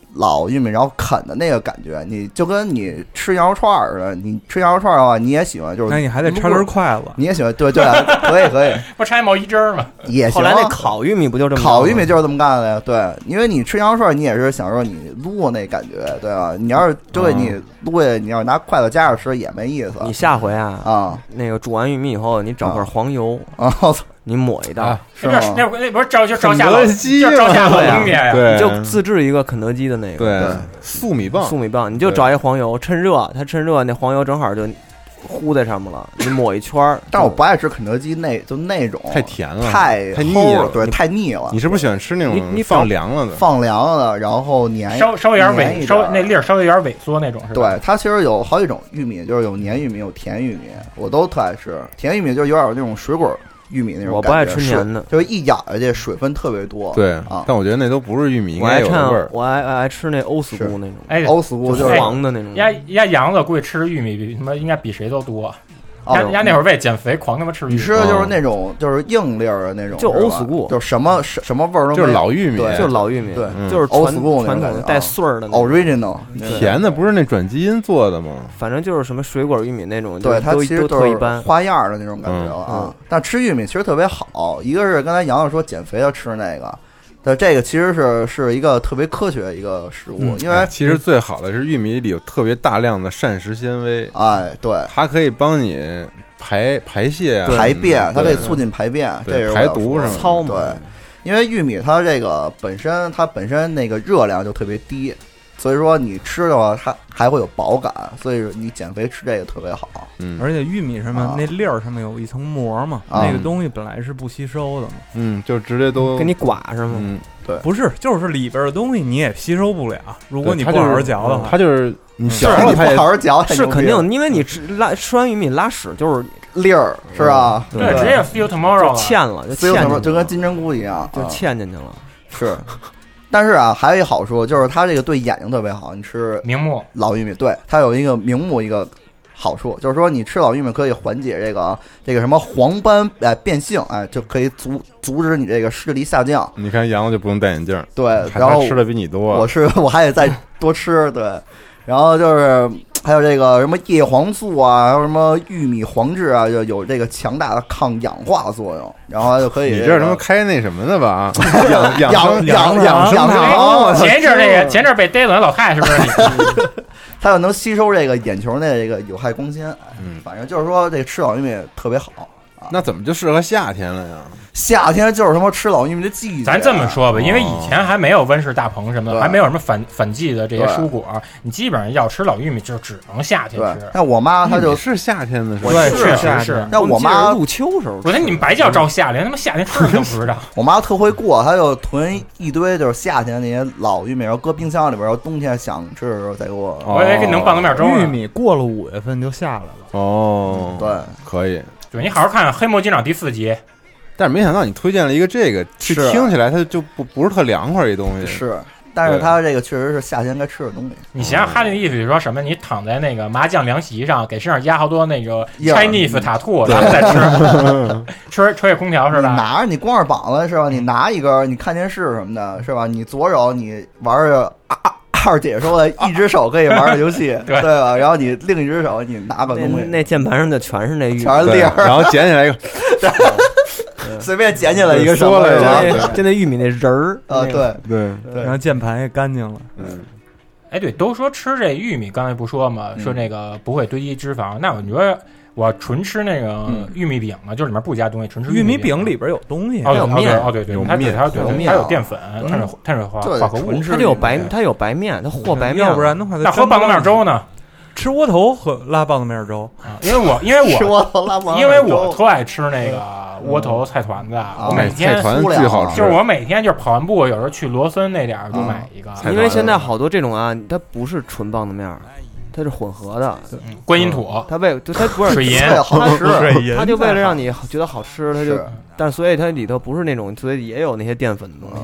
老玉米然后啃的那个感觉，你就跟你吃羊肉串似的。你吃羊肉串的话，你也喜欢，就是那你还得插根筷子， 你也喜欢，对，可以， 不插一毛衣针儿吗？ 也行。 后来那烤玉米不就这么烤玉米就是这么干的呀？对，因为你吃羊肉串，你也是享受你撸那感觉，对吧？你要是就给你撸下，你要拿筷子夹着吃也没意思。 你下回那个煮完玉米以后，你找块黄油你抹一道， 那不是招下了，就是招下了东西呀， 你就自制一个肯德基的那个， 对，粟米棒， 你就找一黄油，趁热，那黄油正好就糊在上面了，你抹一圈。 但我不爱吃肯德基那种太甜了， 太腻了， 对，太腻了。 你是不是喜欢吃那种你放凉了的，然后粘稍微有点那粒儿稍微有点萎缩那种，是吧？ 对，它其实有好几种玉米，就是有黏玉米，有甜玉米，我都特爱吃。甜玉米就有点那种水果玉米那种感觉， 我不爱吃黏的， 就是一咬下去水分特别多。 对啊，但我觉得那都不是玉米应该有的味儿。 我爱吃那欧斯菇那种， 欧斯菇就是黄的那种。 杨子估计吃玉米比他妈应该比谁都多。人那会儿为减肥狂他妈吃玉米， 你吃的就是那种就是硬粒儿的那种， 就欧斯菇， 就什么味儿都没有， 就是老玉米， 就是老玉米， 对， 就是欧斯菇传统带穗儿的 original 甜的，不是那转基因做的吗？ 反正就是什么水果玉米那种， 对，它其实都一般， 花样的那种感觉了啊。但吃玉米其实特别好，一个是刚才杨洋说减肥要吃那个。但这个其实是一个特别科学的一个食物，因为其实最好的是玉米里有特别大量的膳食纤维， 哎，对， 它可以帮你排泄、 排便，它可以促进排便，这是排毒什么操嘛。 对，因为玉米它这个本身那个热量就特别低，所以说你吃的话它还会有饱感，所以你减肥吃这个特别好。 而且玉米上面那粒儿上面有一层膜嘛，那个东西本来是不吸收的嘛， 就直接都给你刮是吗？ 对， 不是，就是里边的东西你也吸收不了，如果你不好好嚼的话， 它就是你嚼了它也不好好嚼是肯定，因为你吃完玉米拉屎就是粒儿是吧？ 对，直接 feel tomorrow 就嵌了， 就跟金针菇一样， 就嵌进去了。 是，但是还有一好处就是它这个对眼睛特别好。你吃明目老玉米，对它有一个明目一个好处，就是说你吃老玉米可以缓解这个什么黄斑变性，就可以阻止你这个视力下降。 你看杨子就不用戴眼镜， 对，然后吃的比你多， 我还得再多吃，对，然后就是还有这个什么叶黄素啊，还有什么玉米黄质啊，就有这个强大的抗氧化作用，然后就可以。 你这他妈开那什么的吧？ 养生堂。 前一阵被逮了老太是不是你？ 它又能吸收这个眼球内这个有害光纤，反正就是说这个吃老玉米特别好。 那怎么就适合夏天了呀？ 夏天就是他妈吃老玉米的季节。 咱这么说吧，因为以前还没有温室大棚什么的，还没有什么反季的这些蔬果，你基本上要吃老玉米就只能夏天吃。 那我妈她就是夏天的时候， 对，确实是。 那我妈入秋时候， 我说你们白叫招夏天，他妈夏天吃都不知道。 我妈特会过，她就囤一堆就是夏天那些老玉米，然后搁冰箱里边，然后冬天想吃的时候再给我。 我以为能棒子面粥。 玉米过了5月份就下来了。 哦， 对， 可以。 对，你好好看看《黑魔警长》第4集。 但是没想到你推荐了一个这个，听起来它就不是特凉快一东西。 是，但是它这个确实是夏天该吃的东西。 你想想哈利的意思，就是说什么？你躺在那个麻将凉席上，给身上压好多那个 Chinese 塔兔，然后再吃，吹空调是吧？ 拿着你光着膀子是吧？你拿一根，你看电视什么的是吧？你左手你玩着二姐说的，一只手可以玩游戏，对吧？然后你另一只手你拿个东西， 那键盘上的全是那玉米， 全是粒儿， 然后捡起来一个， 随便捡起来一个什么， 就那玉米那仁儿啊，对， 然后键盘也干净了， 哎，对，都说吃这玉米，刚才不说嘛，说那个不会堆积脂肪，那我觉得。我纯吃那个玉米饼啊，就是里面不加东西，纯吃玉米饼里边有东西， 有面，对， 有面， 它有淀粉、碳水化合物， 它就有它有白面，它和白面， 要不然的话， 那喝棒子面粥呢？ 吃窝头和拉棒子面粥啊，因为我特爱吃那个窝头菜团子，我每天菜团巨好吃， 就是我每天就跑完步，有时候去罗森那点就买一个， 因为现在好多这种啊，它不是纯棒子面。它是混合的， 观音土， 它不是水银， 它就为了让你觉得好吃，它就，但所以它里头不是那种，所以也有那些淀粉的东西。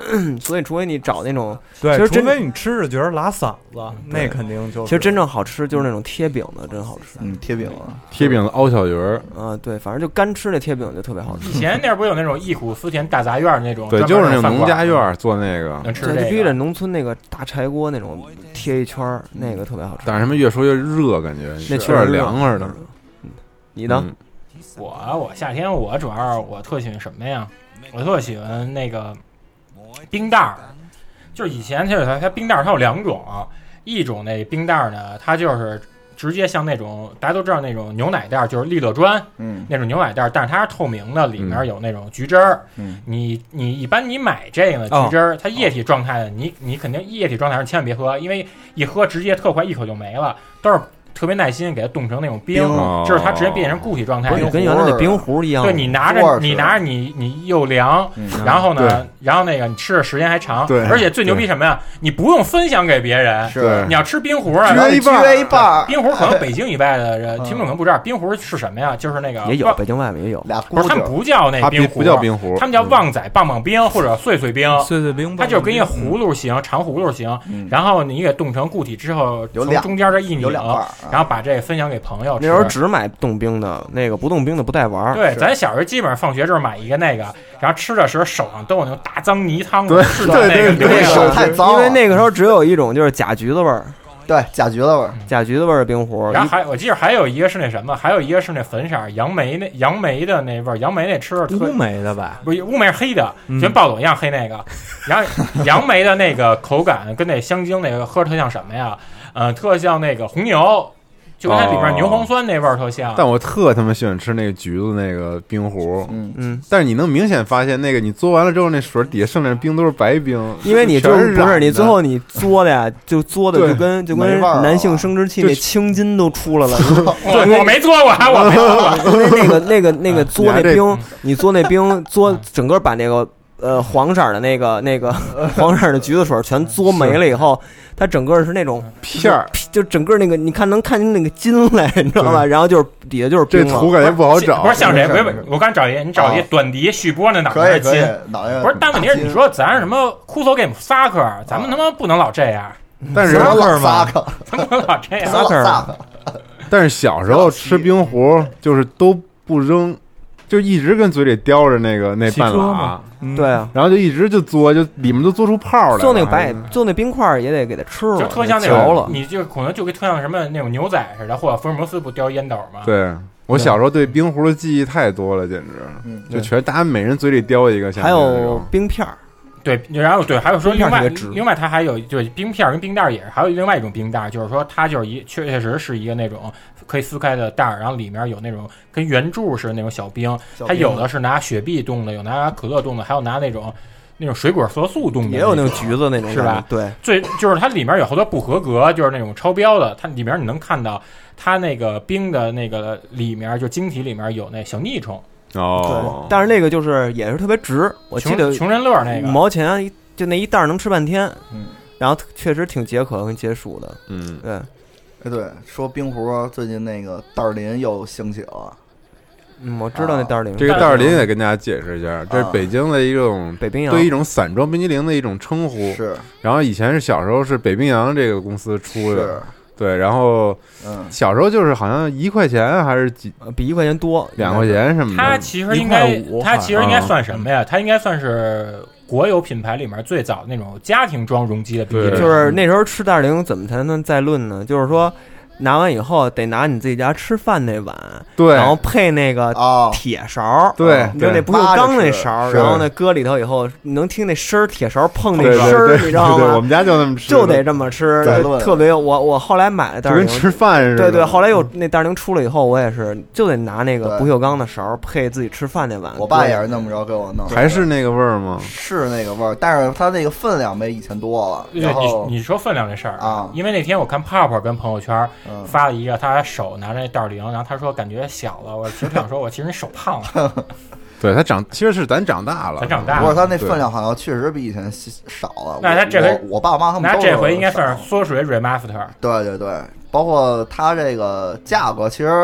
所以除非你找那种， 对， 其实除非你吃着觉得拉嗓子，那肯定就。 其实真正好吃就是那种贴饼的，真好吃。 贴饼的凹小鱼儿啊，对，反正就干吃那贴饼就特别好吃。 以前那不有那种忆苦思甜大杂院那种， 对，就是那种农家院做那个， 能吃这个。 必须得农村那个大柴锅那种贴一圈，那个特别好吃。 但是他们越说越热，感觉那有点凉快的。 你呢？ 我夏天我主要我特喜欢什么呀？我特喜欢那个冰袋儿，就是以前它冰袋儿它有2种，一种那冰袋儿呢，它就是直接像那种大家都知道那种牛奶袋儿，就是利乐砖，那种牛奶袋儿，但是它是透明的，里面有那种橘汁儿。你一般你买这个呢橘汁儿，它液体状态的，你肯定液体状态上千万别喝，因为一喝直接特快一口就没了，都是。特别耐心给它冻成那种冰，就是它直接变成固体状态， 跟原来的冰壶一样。 对，你拿着你又凉，然后呢，然后那个你吃的时间还长，而且最牛逼什么呀？你不用分享给别人，你要吃冰壶啊， 撅一半。 冰壶可能北京以外的听众可能不知道，冰壶是什么呀？就是那个也有北京外面也有， 不是他们不叫那冰壶， 不叫冰壶， 他们叫旺仔棒棒冰或者碎碎冰，它就是跟一个葫芦形长葫芦形，然后你给冻成固体之后，从中间这一拧，然后把这分享给朋友吃。 那时候只买冻冰的，那个不冻冰的不带玩。 对，咱小时候基本上放学就是买一个那个，然后吃的时候手上都有那种大脏泥汤， 对， 那个手太脏， 因为那个时候只有一种就是假橘子味儿。 对，假橘子味儿， 假橘子味儿的冰壶。 然后我记得还有一个是那什么，还有一个是那粉色杨梅的那味儿，杨梅那吃的乌梅的吧？ 不是乌梅是黑的，就跟暴走一样黑那个。然后杨梅的那个口感跟那香精那个喝着特像什么呀？特像那个红牛。就跟它里边牛磺酸那味儿特像， 但我特他妈喜欢吃那个橘子那个冰壶，但是你能明显发现那个你嘬完了之后，那水底下剩下的冰都是白冰， 因为你不是你最后你嘬的呀，就嘬的就跟男性生殖器那青筋都出来了。 我没嘬过，我没嘬过，那个嘬那冰，你嘬那冰嘬整个把那个。黄色的那个黄色的橘子水全嘬没了以后，它整个是那种片儿， 就整个那个你能看见那个筋来，你知道吧？然后就是底下就是冰了。 这图感觉不好找。 不是像谁？我刚找一，你找一短笛续波那脑袋筋。不是，但问题是你说咱是什么酷搜 game soccer，咱们他妈不能老这样。 但是老咱不能老这样。 但是小时候吃冰壶就是都不扔。就一直跟嘴里叼着那半拉， 对啊， 然后就一直就嘬，就里面都嘬出泡来。 做那冰块也得给它吃了， 就特像那种，你就可能就跟特像什么那种牛仔似的，或者福尔摩斯不叼烟斗吗？ 对，我小时候对冰壶的记忆太多了，简直，就全大家每人嘴里叼一个。 还有冰片儿。 对，然后对，还有说另外它还有对冰片跟冰袋也是，还有另外一种冰袋，就是说它就是确实是一个那种可以撕开的袋儿，然后里面有那种跟圆柱似的那种小冰，它有的是拿雪碧冻的，有拿可乐冻的，还有拿那种水果色素冻的， 也有那种橘子那种， 是吧？ 对， 就是它里面有好多不合格，就是那种超标的，它里面你能看到它那个冰的那个里面就晶体里面有那小腻虫。 哦， 但是那个就是也是特别值，我记得穷人乐那个 5毛钱就那一袋能吃半天，然后确实挺解渴跟解暑的， 对，说冰壶最近那个袋林又兴起了， 我知道那袋林， 这个袋林也跟大家解释一下，这是北京的一种北冰洋对一种散装冰激凌的一种称呼， 是， 然后以前是小时候是北冰洋这个公司出的。对，然后，小时候就是好像1块钱还是比1块钱多 2块钱什么的。 它其实应该算什么呀？它应该算是国有品牌里面最早的那种家庭装容积的冰激凌。 就是那时候吃袋零怎么才能再论呢？就是说。拿完以后得拿你自己家吃饭那碗， 对， 然后配那个铁勺， 对， 就那不锈钢那勺，然后那搁里头以后，你能听那声儿，铁勺碰那声儿，你知道吗？ 我们家就那么吃， 就得这么吃，特别。我后来买了袋零， 就跟吃饭似的。 对，后来有那袋零出了以后，我也是就得拿那个不锈钢的勺配自己吃饭那碗。 我爸也是那么着给我弄， 还是那个味儿吗？ 是那个味儿，但是它那个分量没以前多了。 对，你说分量这事儿啊，因为那天我看泡泡跟朋友圈。发了一个，他手拿着那袋零，然后他说感觉小了。我其实想说，我其实你手胖了。 对他其实是咱长大了， 不过他那分量好像确实比以前少了。 那他这回我爸妈他们那这回应该算是缩水 remaster。 对，包括他这个价格其实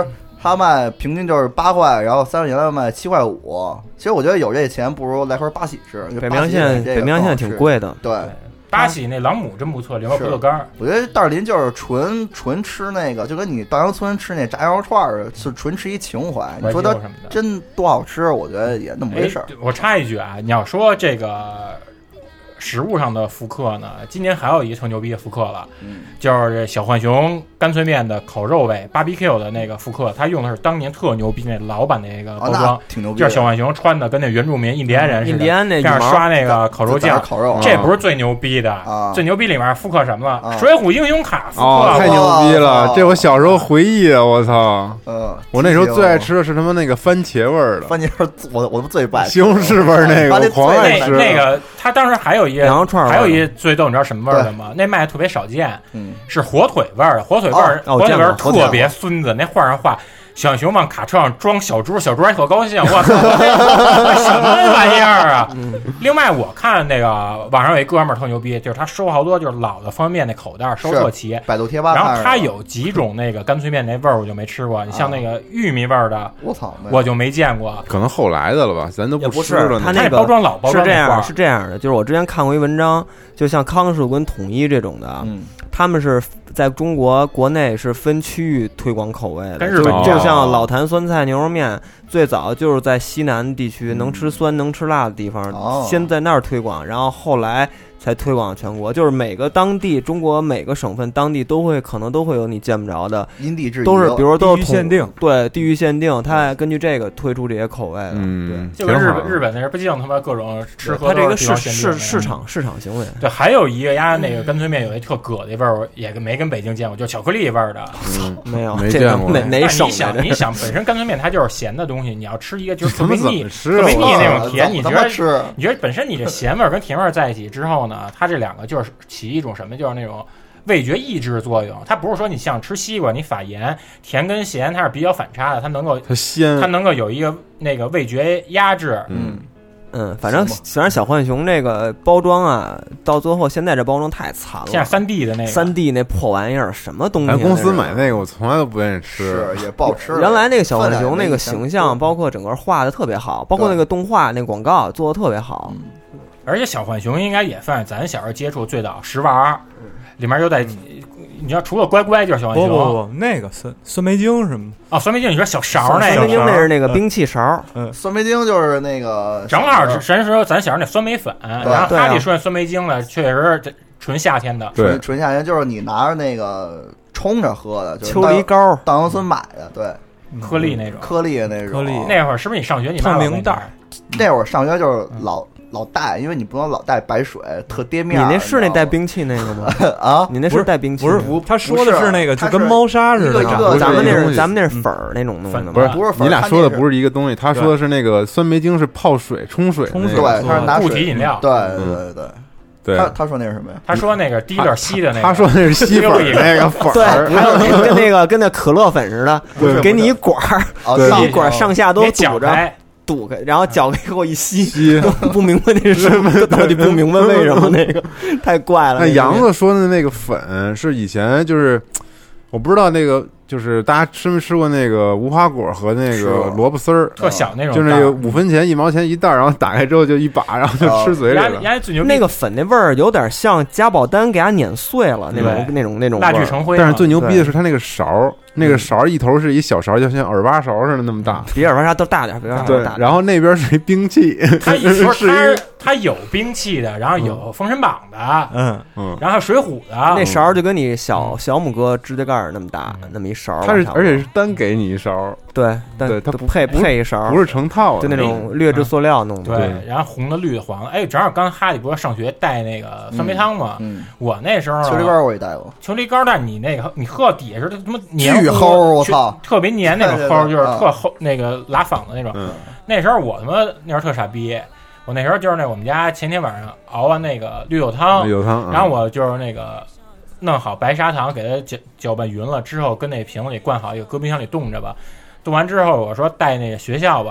它卖平均就是8块，然后7-Eleven卖7块5。其实我觉得有这钱，不如来盒八喜吃。 北冰洋现在挺贵的， 对。 八喜那朗姆真不错，里面葡萄干。 我觉得袋林就是纯吃那个，就跟你稻香村吃那炸羊肉串儿是纯吃一情怀。你说它真多好吃，我觉得也那么回事儿。 我插一句啊，你要说这个食物上的复刻呢，今年还有一个特牛逼的复刻了，就是小浣熊干脆面的烤肉味 BBQ 的那个复刻，他用的是当年特牛逼那老版那个包装， 挺牛逼， 就是小浣熊穿的跟那原住民印第安人似的， 印第安那这样刷那个烤肉酱，这不是最牛逼的，最牛逼里面复刻什么了？水浒英雄卡复刻， 太牛逼了！这我小时候回忆啊，我操！我那时候最爱吃的是他妈那个番茄味儿的， 番茄味我最不爱吃， 西红柿味儿那个，我狂爱吃。 那个他当时还有一最逗，你知道什么味儿的吗？那卖的特别少见，是火腿味儿的，火腿味儿特别孙子。那画上画小浣熊往卡车上装小猪，小猪还特高兴，我操，什么玩意儿啊！另外我看那个网上有一哥们儿特牛逼，就是他收好多就是老的方便面那口袋，收特齐， 百度贴吧。 然后他有几种那个干脆面那味儿我就没吃过，你像那个玉米味儿的，我操，我就没见过。 可能后来的了吧，咱都不吃了。 他那包装老包装是这样的，就是我之前看过一文章，就像康师傅跟统一这种的，他们是在中国国内是分区域推广口味的，就像老坛酸菜牛肉面，最早就是在西南地区能吃酸能吃辣的地方，先在那儿推广，然后后来才推广全国。就是每个当地，中国每个省份当地可能都会有你见不着的因地制宜， 都是比如都是限定， 对地域限定，它还根据这个推出这些口味的。 对，就跟日本那是不净他妈各种吃喝， 它这个市场行为。 对，还有一个鸭那个干脆面有一特葛的味儿，也没跟北京见过，就是巧克力味儿的， 没有见过。 哪省？ 你想本身干脆面它就是咸的东西，你要吃一个就是特别腻那种甜，你觉得本身你这咸味跟甜味在一起之后呢，它这两个就是起一种什么，就是那种味觉抑制作用。它不是说你像吃西瓜你发炎，甜跟咸它是比较反差的，它能够有一个那个味觉压制。 反正小浣熊这个包装啊，到最后现在这包装太惨了。 现在3D 的那个 3D 那破玩意儿，什么东西？ 公司买那个我从来都不愿意吃， 也不好吃。 原来那个小浣熊那个形象，包括整个画的特别好，包括那个动画那广告做的特别好。 而且小浣熊应该也算咱小时候接触最早食玩，里面又带。你知道除了乖乖就是小浣熊， 不，那个酸梅精什么的酸梅精，你说小勺那个， 酸梅精那是那个兵器勺， 酸梅精就是那个正好是说咱小时候那酸梅粉，然后哈利说酸梅精了，确实纯夏天的， 纯夏天就是你拿着那个冲着喝的， 秋梨膏， 稻香村买的，对， 颗粒那种，那会儿是不是你上学你透明袋？ 那会儿上学就是老带，因为你不能老带白水，特跌面。 你那是那带兵器那个吗？啊，你那是带兵器？ 不是，他说的是那个就跟猫砂似的。 咱们那是粉儿那种东西， 不是你俩说的不是一个东西。他说的是那个酸梅精是泡水冲水， 对，他是拿固体饮料。 对，他说那是什么呀？ 他说那个滴点稀的那个， 他说那是稀粉那个粉儿， 对，跟那可乐粉似的，给你一管儿，一管上下都堵开，然后搅开以后一吸，不明白那是什么，到底不明白为什么那个太怪了。 那杨子说的那个粉是以前就是我不知道那个就是大家吃没吃过那个无花果和那个萝卜丝儿， 特小那种， 就是那个5分钱1毛钱一袋，然后打开之后就一把，然后就吃嘴里了。 那个粉那味儿有点像贾宝丹给它碾碎了那种蜡炬成灰。 但是最牛逼的是它那个勺。那个勺一头是一小勺，就像耳挖勺似的那么大， 比耳挖勺都大点，比耳挖勺大点。 然后那边是一兵器， 它有兵器的，然后有封神榜的，然后水浒的。 那勺就跟你小拇哥指甲盖那么大，那么一勺。 它是而且是单给你一勺， 对，它不配一勺， 不是成套的， 就那种劣质塑料弄的。 对，然后红的、绿的、黄的。哎，正好刚哈利不是上学带那个酸梅汤嘛？我那时候秋梨膏我也带过， 秋梨膏，但你那个你喝到底下时候他妈黏。 巨齁，我操， 特别黏那种齁，就是特齁那个拉嗓子那种。那时候我他妈那时候特傻逼，我那时候就是那我们家前天晚上熬完那个绿豆汤，然后我就是那个弄好白砂糖给它搅拌匀了之后，跟那瓶子里灌好，一个搁冰箱里冻着吧。冻完之后我说带那个学校吧，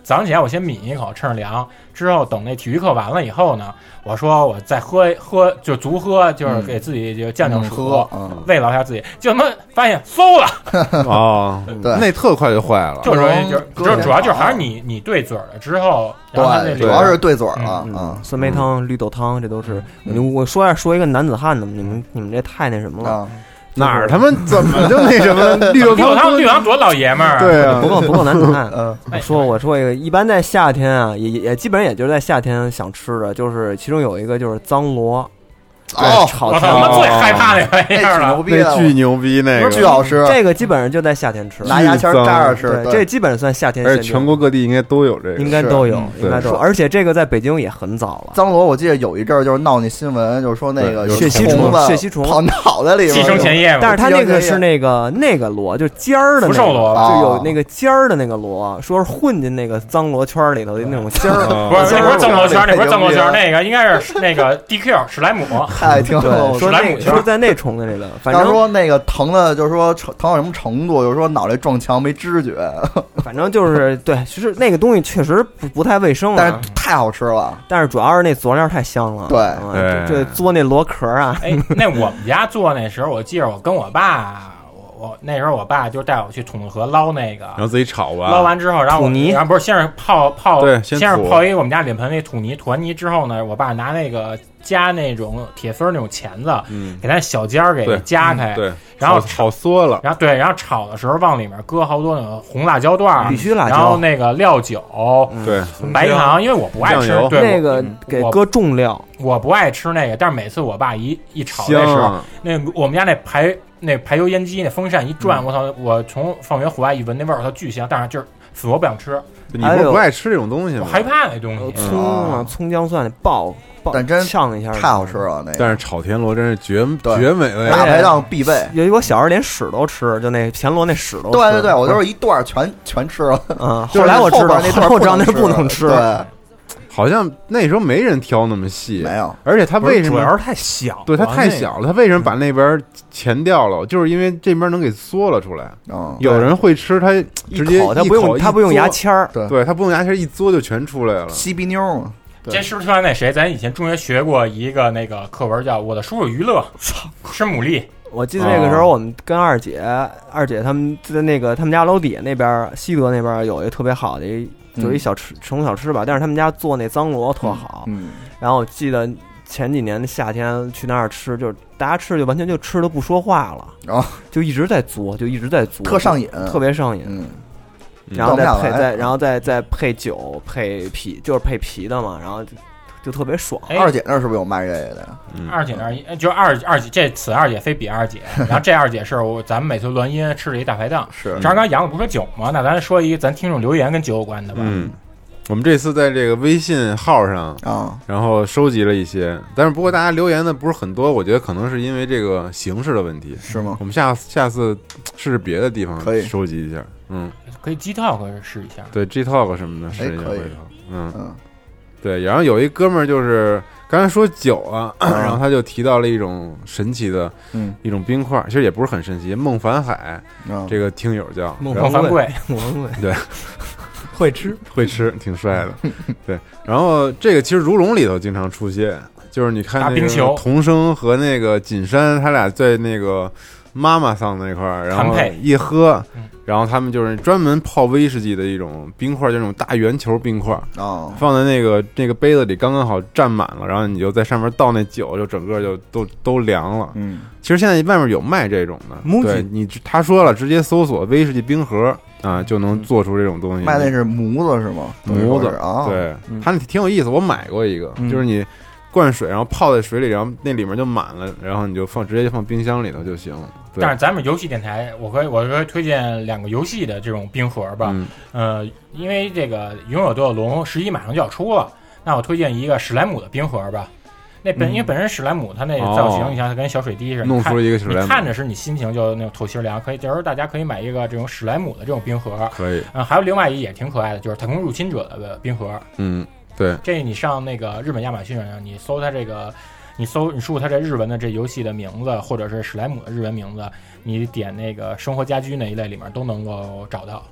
早上起来我先抿一口，趁着凉，之后等那体育课完了以后呢，我说我再喝就足喝，就是给自己就降暑，慰劳一下自己，就他妈发现馊了哦，对，那特快就坏了， 就是主要就是还是你兑嘴了之后，然后对，主要是兑嘴了酸梅汤、绿豆汤，这都是我说一个男子汉的，你们这太那什么了。 哪儿他们怎么就那什么绿豆汤多老爷们儿， 对啊， 不够男子汉。我说一个，一般在夏天啊，也基本上也就是在夏天想吃的，就是其中有一个就是脏螺。炒我他妈最害怕那玩意儿了， 那巨牛逼，那个巨好吃。 这个基本上就在夏天吃， 拿牙签扎着吃。 这基本上算夏天。 而且全国各地应该都有这个， 应该都有。而且这个在北京也很早了。 脏螺我记得有一阵儿就是闹那新闻，就是说那个血吸虫跑脑袋里边， 寄生前夜。 但是它那个是那个螺，就尖儿的福寿螺， 就有那个尖儿的那个螺，说是混进那个脏螺圈里头的那种尖儿。 不是脏螺圈，那不是脏螺圈，那个应该是那个 DQ 史莱姆， 太挺好。 说在那虫子里了，反正说那个疼的，就是说疼到什么程度，就是说脑袋撞墙没知觉， 反正就是对，其实那个东西确实不太卫生， 但是太好吃了。 但是主要是那佐料太香了， 对， 这嘬那螺壳啊。 哎，那我们家做那时候，我记得我跟我爸。我那时候我爸就带我去筒子河捞那个， 然后自己炒吧。 捞完之后，然后不是先是泡， 对， 先是泡一我们家脸盆那土泥，吐完泥之后呢，我爸拿那个夹那种铁丝那种钳子，给它小尖儿给夹开， 对， 然后炒缩了， 然后炒的时候往里面搁好多那个红辣椒段， 必须辣椒， 然后那个料酒， 对， 白糖，因为我不爱吃，对， 那个给搁重料， 我不爱吃那个，但是每次我爸一炒的时候，那我们家那排油烟机那风扇一转，我操！我从放学回来一闻那味儿，它巨香，但是就是死活不想吃。 你不爱吃这种东西吗？ 我害怕那东西。 葱姜蒜爆， 但真呛一下， 太好吃了。那但是炒田螺真是绝美味， 大排档必备。 因为我小时候连屎都吃，就那田螺那屎都吃。 对，我都是一段全吃了。 后来我知道那段，我知道那不能吃。 对。 好像那时候没人挑那么细， 没有。 而且他为什么主要是太小？ 对，他太小了。他为什么把那边钳掉了？就是因为这边能给缩了出来。有人会吃，他直接他不用牙签儿， 对他不用牙签，一嘬就全出来了。 吸鼻妞嘛。 这是不是那谁？咱以前中学学过一个那个课文叫《我的叔叔娱乐》，吃牡蛎。 我记得那个时候我们跟二姐他们在那个他们家楼底下那边西德那边有一个特别好的就是一成小吃吧，但是他们家做那脏螺特好，然后我记得前几年的夏天去那儿吃，就是大家吃就完全就吃的不说话了，就一直在嘬， 特上瘾， 特别上瘾。然后再配酒配啤，就是配啤的嘛，然后就特别爽。 二姐那是不是有卖这个的呀？ 二姐那就二姐此二姐非彼二姐，然后这二姐是咱们每次乱音吃了一大排档。 是， 正好刚杨子不说酒吗？那咱说一个咱听众留言跟酒有关的吧。 我们这次在这个微信号上然后收集了一些，但是不过大家留言的不是很多，我觉得可能是因为这个形式的问题， 是吗？ 我们下次试试别的地方可以收集一下， 可以 G-Talk 试一下， 对 G-Talk 什么的试一下，对，然后有一哥们儿就是刚才说酒啊，然后他就提到了一种神奇的一种冰块，其实也不是很神奇，孟凡海这个听友叫孟凡贵， 对。 会吃， 挺帅的。对，然后这个其实如龙里头经常出现，就是你看那个童生和那个锦山，他俩在那个妈妈桑那块儿，然后一喝，然后他们就是专门泡威士忌的一种冰块，就那种大圆球冰块放在那个杯子里，刚刚好占满了，然后你就在上面倒那酒，就整个就都凉了。其实现在外面有卖这种的，对他说了，直接搜索威士忌冰盒就能做出这种东西。 卖那是模子是吗？ 模子对，它那挺有意思，我买过一个，就是你灌水，然后泡在水里，然后那里面就满了，然后你就直接就放冰箱里头就行。 但是咱们游戏电台，我可以推荐2个游戏的这种冰盒吧。因为这个勇者斗恶龙11马上就要出了，那我推荐一个史莱姆的冰盒吧。因为本身史莱姆它那个造型，你像它跟小水滴似的， 弄出一个史莱姆， 你看着是你心情就那种透心凉。可以，就是大家可以买一个这种史莱姆的这种冰盒， 可以。 还有另外一也挺可爱的，就是太空入侵者的冰盒。 对， 这你上那个日本亚马逊上，你搜它这个，你输入它这日文的这游戏的名字，或者是史莱姆的日文名字，你点那个生活家居那一类里面都能够找到。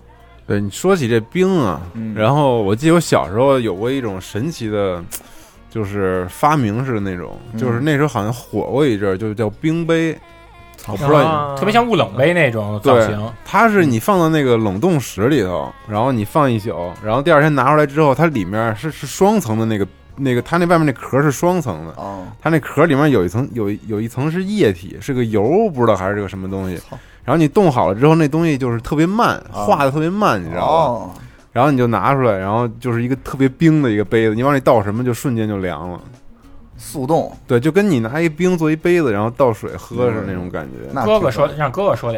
对，你说起这冰啊，然后我记得我小时候有过一种神奇的，就是发明似的那种，就是那时候好像火过一阵，就叫冰杯。我不知道， 特别像雾冷杯那种造型。 它是你放到那个冷冻室里头，然后你放一宿，然后第二天拿出来之后，它里面是双层的那个，它那外面那壳是双层的。它那壳里面有一层是液体，是个油，不知道还是个什么东西。然后你冻好了之后，那东西就是特别慢，化的特别慢，你知道吧？然后你就拿出来，然后就是一个特别冰的一个杯子，你往里倒什么，就瞬间就凉了。 速冻， 对，就跟你拿一冰做一杯子，然后倒水喝是那种感觉。 哥哥说，让哥哥说点。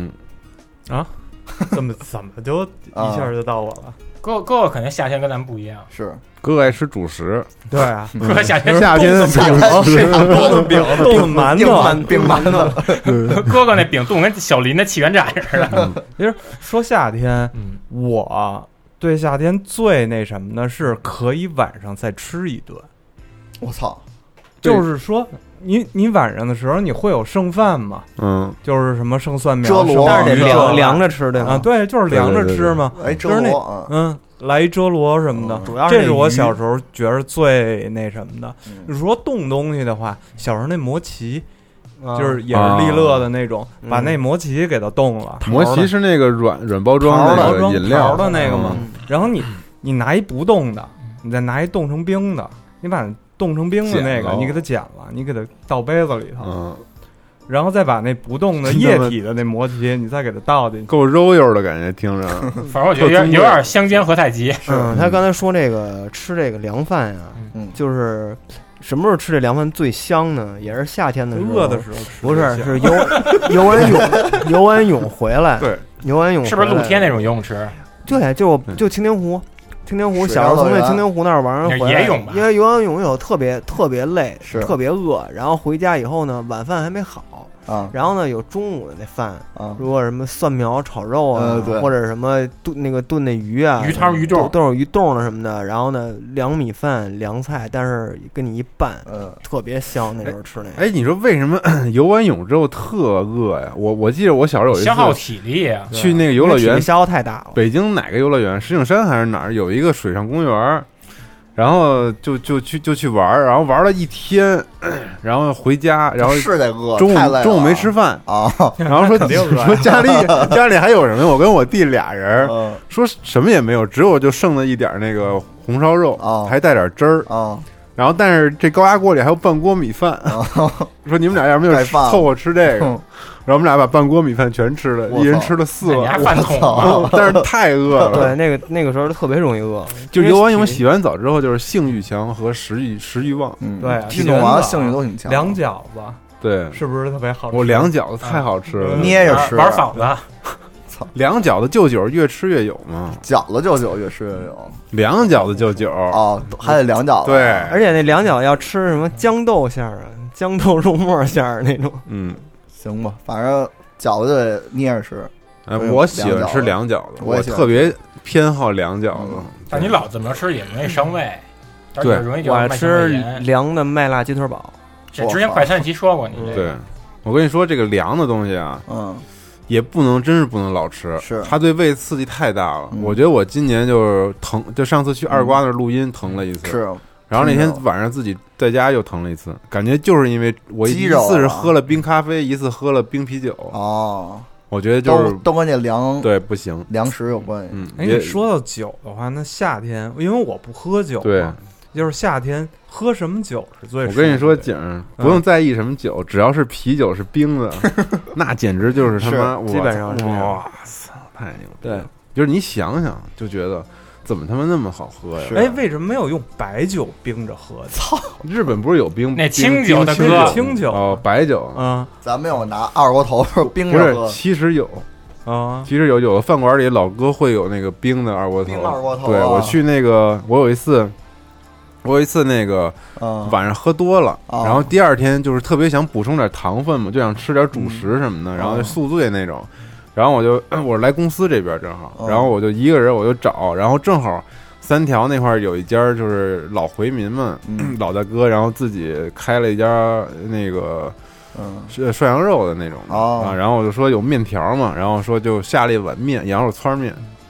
怎么就一下就到我了？ 哥哥肯定夏天跟咱们不一样， 是哥哥爱吃主食。 对啊， 哥哥夏天冻的饼，冻的馒头， 饼馒头。 哥哥那饼冻跟小林的起源展似的。 其实说夏天，我对夏天最那什么的是可以晚上再吃一顿。 我操！ 就是说，你晚上的时候你会有剩饭吗？就是什么剩蒜苗、 遮罗， 但是得凉着吃对吗？ 对，就是凉着吃嘛。 遮罗， 来一遮罗什么的， 主要这是我小时候觉得最那什么的。你说冻东西的话，小时候那魔奇。就是也是利乐的那种，把那魔奇给它冻了。 魔奇是那个软包装的饮料的那个嘛。然后你拿一不冻的，你再拿一冻成冰的，你把冻成冰的那个，你给它剪了，你给它倒杯子里头，然后再把那不冻的液体的那魔奇，你再给它倒进去， 够肉油的感觉，听着。 反正我觉得有点香煎和太极。 他刚才说这个吃这个凉饭呀，就是什么时候吃这凉饭最香呢？也是夏天的时候， 饿的时候吃。 不是，是游完泳回来， 对， 游完泳是不是露天那种游泳池？ 对，就青年湖。青年湖，小时候从那青年湖那儿玩完回来，因为游完泳以后特别累，特别饿，然后回家以后呢，晚饭还没好然后呢有中午的那饭如果什么蒜苗炒肉啊，或者什么炖那鱼啊， 鱼汤鱼冻都有鱼冻了什么的，然后呢凉米饭凉菜，但是跟你一拌，特别香。那时候吃那个。 你说为什么游完泳之后特饿呀？我记得我小时候有一次消耗体力啊， 去那个游乐园， 消耗太大了。 北京哪个游乐园？石景山还是哪儿？有一个水上公园。然后就去玩，然后玩了一天，然后回家，然后是得饿， 中午没吃饭然后说家里还有什么？我跟我弟俩人说什么也没有，只有就剩了一点那个红烧肉还带点汁儿然后但是这高压锅里还有半锅米饭说你们俩要没有凑合吃这个然后我们俩把半锅米饭全吃了，一人吃了4碗， 饭桶但是太饿了。 对，那个时候特别容易饿， 就游完泳、洗完澡之后，就是性欲强和食欲旺。 对， 运动完性欲都挺强。 凉饺子， 对， 是不是特别好吃？ 我凉饺子太好吃了， 捏着吃， 玩嫂子。 操，凉饺子就酒，越吃越有嘛。 饺子就酒，越吃越有。 凉饺子就酒还得凉饺子。 对，而且那凉饺要吃什么豇豆馅儿豇豆肉末馅儿那种。 行吧，反正饺子就得捏着吃。 我喜欢吃凉饺子，我特别偏好凉饺子。 但你老这么吃也容易伤胃， 对， 我爱吃凉的麦辣鸡腿堡。 这之前快餐期说过你这。 对，我跟你说这个凉的东西啊，也真是不能老吃，它对胃刺激太大了。我觉得我今年就是疼，就上次去二瓜那儿录音疼了一次。 是。 然后那天晚上自己在家又疼了一次，感觉就是因为我一次是喝了冰咖啡，一次喝了冰啤酒。我觉得就是都跟这凉对不行， 粮食有关系。 你说到酒的话，那夏天因为我不喝酒， 对， 就是夏天喝什么酒是最？ 我跟你说，景不用在意什么酒，只要是啤酒是冰的，那简直就是他妈基本上是哇塞，太牛！ 对， 就是你想想就觉得。怎么他妈那么好喝呀？为什么没有用白酒冰着喝的？ 操！ 日本不是有冰那清酒的哥， 清酒白酒咱没有拿二锅头冰着喝。 其实有其实有的饭馆里老哥会有那个冰的二锅头。 冰二锅头。 对，我去那个，我有一次那个晚上喝多了，然后第二天就是特别想补充点糖分嘛，就想吃点主食什么的，然后就宿醉那种。然后我来公司这边正好，然后我就一个人我就找，然后正好3条那块有一家就是老回民们，老大哥，然后自己开了一家那个涮羊肉的那种然后我就说有面条嘛，然后说就下了一碗面，羊肉汆面，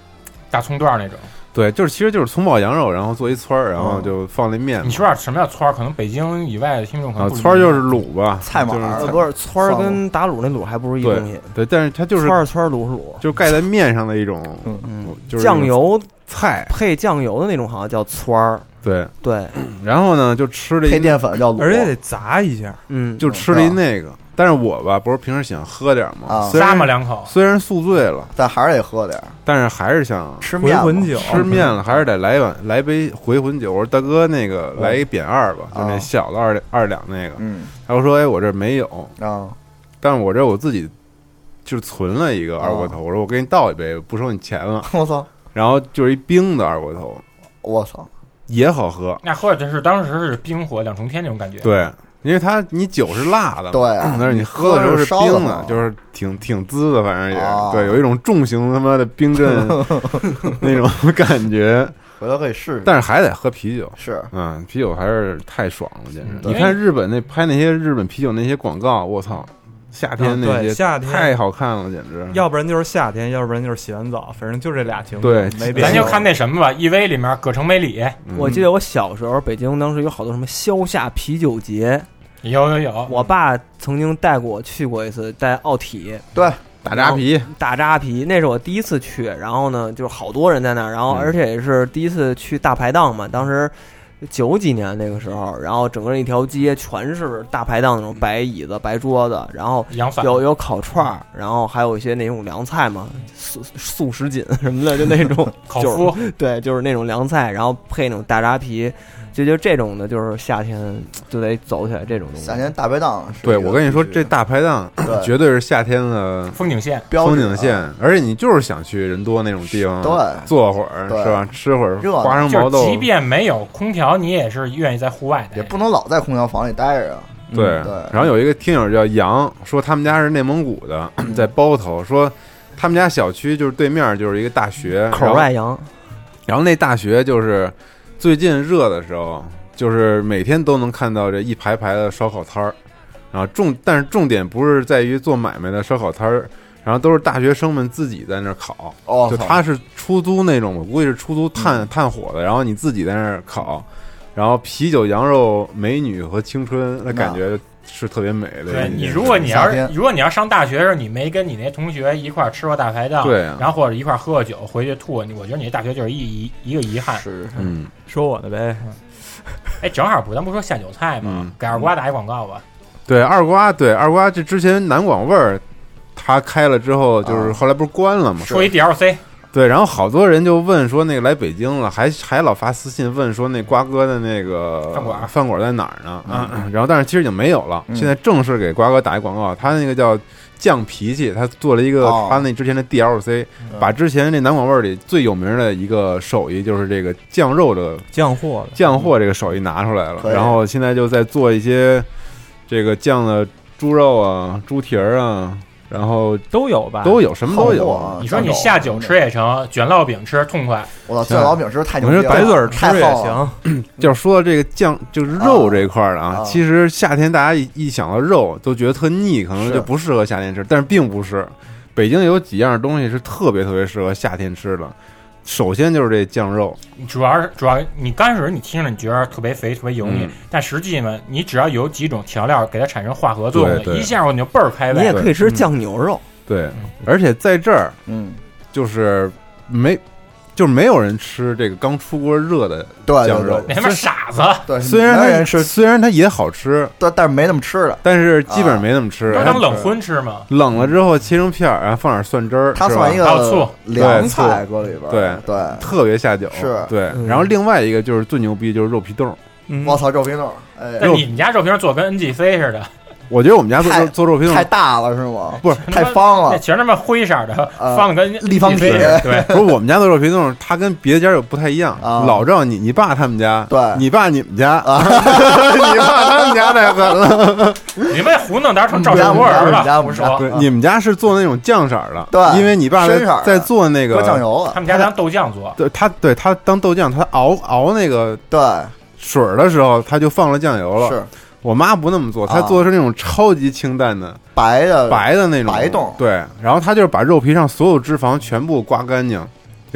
大葱段那种。 对，其实就是葱爆羊肉，然后做一串儿，然后就放那面。 你说什么叫串儿？可能北京以外的听众可能不串儿就是卤吧， 菜码不是串儿跟打卤那卤还不是一东西。 对，但是它就是串儿卤是卤， 就盖在面上的一种，就是酱油菜配酱油的那种，好像叫串儿。对， 然后呢就吃了配淀粉叫卤， 而且得炸一下， 就吃了一那个。但是我吧，不是平时想喝点吗？ 咂摸两口， 虽然宿醉了， 但还是得喝点。 但是还是想吃面回魂酒， 吃面了还是得来杯回魂酒。我说大哥，那个来一扁2吧，就那小的2两那个。他就说，哎，我这没有啊， 但是我这我自己就存了一个二锅头。我说我给你倒一杯，不收你钱了。 我操！ 然后就是一冰的二锅头， 我操， 也好喝。 那喝的是当时是冰火两重天那种感觉。 对。因为你酒是辣的， 对， 但是你喝的时候是冰的，就是挺滋的，反正也对，有一种重型他妈的冰镇那种感觉。 回头可以试试， 但是还得喝啤酒。 是， 啤酒还是太爽了，简直！你看日本拍那些日本啤酒那些广告，我操！夏天那些夏天太好看了，简直！ 要不然就是夏天，要不然就是洗完澡，反正就这俩情况。 对， 没别的。 咱就看那什么吧，EV 里面葛城美里。 我记得我小时候，北京当时有好多什么消夏啤酒节。 有， 我爸曾经带过我去过一次，带奥体， 对， 大扎啤，那是我第一次去。然后呢，就是好多人在那儿，然后而且也是第一次去大排档嘛，当时90几年那个时候，然后整个一条街全是大排档那种白椅子、白桌子，然后有烤串儿，然后还有一些那种凉菜嘛，素食锦什么的，就那种烤麸， 对，就是那种凉菜，然后配那种大扎啤。就这种的，就是夏天就得走起来这种东西。 夏天大排档， 对，我跟你说，这大排档绝对是夏天的风景线， 而且你就是想去人多那种地方， 对， 坐会儿是吧？吃会儿花生毛豆。 即便没有空调，你也是愿意在户外待， 也不能老在空调房里待着。 对。然后有一个听友叫杨，说他们家是内蒙古的，在包头，说他们家小区就是对面就是一个大学， 口外杨。 然后那大学就是。最近热的时候，就是每天都能看到这一排排的烧烤摊儿，然后但是重点不是在于做买卖的烧烤摊儿，然后都是大学生们自己在那儿烤。就他是出租那种，我估计是出租炭火的，然后你自己在那儿烤，然后啤酒、羊肉、美女和青春的感觉是特别美的。 对你，如果你要上大学的时候，你没跟你那同学一块儿吃过大排档， 对， 然后或者一块儿喝过酒回去吐，我觉得你大学就是一个遗憾。 是， 说我的呗。 哎，正好咱不说下酒菜吗？给二瓜打一广告吧。 对，二瓜这之前南广味儿，他开了之后，就是后来不是关了吗？ 说一 DLC。 对，然后好多人就问说那个来北京了，还老发私信问说那瓜哥的那个饭馆在哪儿呢？然后但是其实已经没有了，现在正式给瓜哥打一广告，他那个叫酱脾气，他做了一个他那之前的 DLC，把之前那南广味里最有名的一个手艺就是这个酱肉的酱货这个手艺拿出来了，然后现在就在做一些这个酱的猪肉啊、猪蹄儿啊。然后都有吧， 都有，什么都有。 你说你下酒吃也成，卷烙饼吃痛快。 我操，卷烙饼吃太牛逼了， 白嘴吃也行。 就是说这个酱，就是肉这一块的啊。其实夏天大家一想到肉都觉得特腻，可能就不适合夏天吃。但是并不是，北京有几样东西是特别适合夏天吃的。首先就是这酱肉， 主要你刚开始你听着你觉得特别肥特别油腻，但实际呢，你只要有几种调料给它产生化合作用，一下你就倍儿开胃。 你也可以吃酱牛肉， 对，而且在这儿，就是没有人吃这个刚出锅热的酱肉， 那他妈傻子。 对， 虽然它也好吃， 但是没那么吃的， 但是基本上没那么吃。 都当冷荤吃嘛， 冷了之后切成片儿，然后放点蒜汁儿， 它算一个凉菜搁里边，对， 特别下酒。 是， 对。然后另外一个就是最牛逼，就是肉皮冻。 我操，肉皮冻！ 那你们家肉皮冻做跟 NGC 似的？ 我觉得我们家做肉皮冻太大了是吗？ 不是太方了， 全他妈灰色的，方的跟立方体。 对， 不是我们家的肉皮冻，它跟别的家有不太一样。老赵，你爸他们家， 对， 你爸你们家，你爸他们家太狠了。 你们胡弄点成赵小波儿了，不说。 你们家是做那种酱色的， 对， 因为你爸在做那个搁酱油了， 他们家当豆酱做。 对他当豆酱，他熬那个对水的时候，他就放了酱油了。 是。 我妈不那么做，她做的是那种超级清淡的白的那种白冻， 对，然后她就是把肉皮上所有脂肪全部刮干净，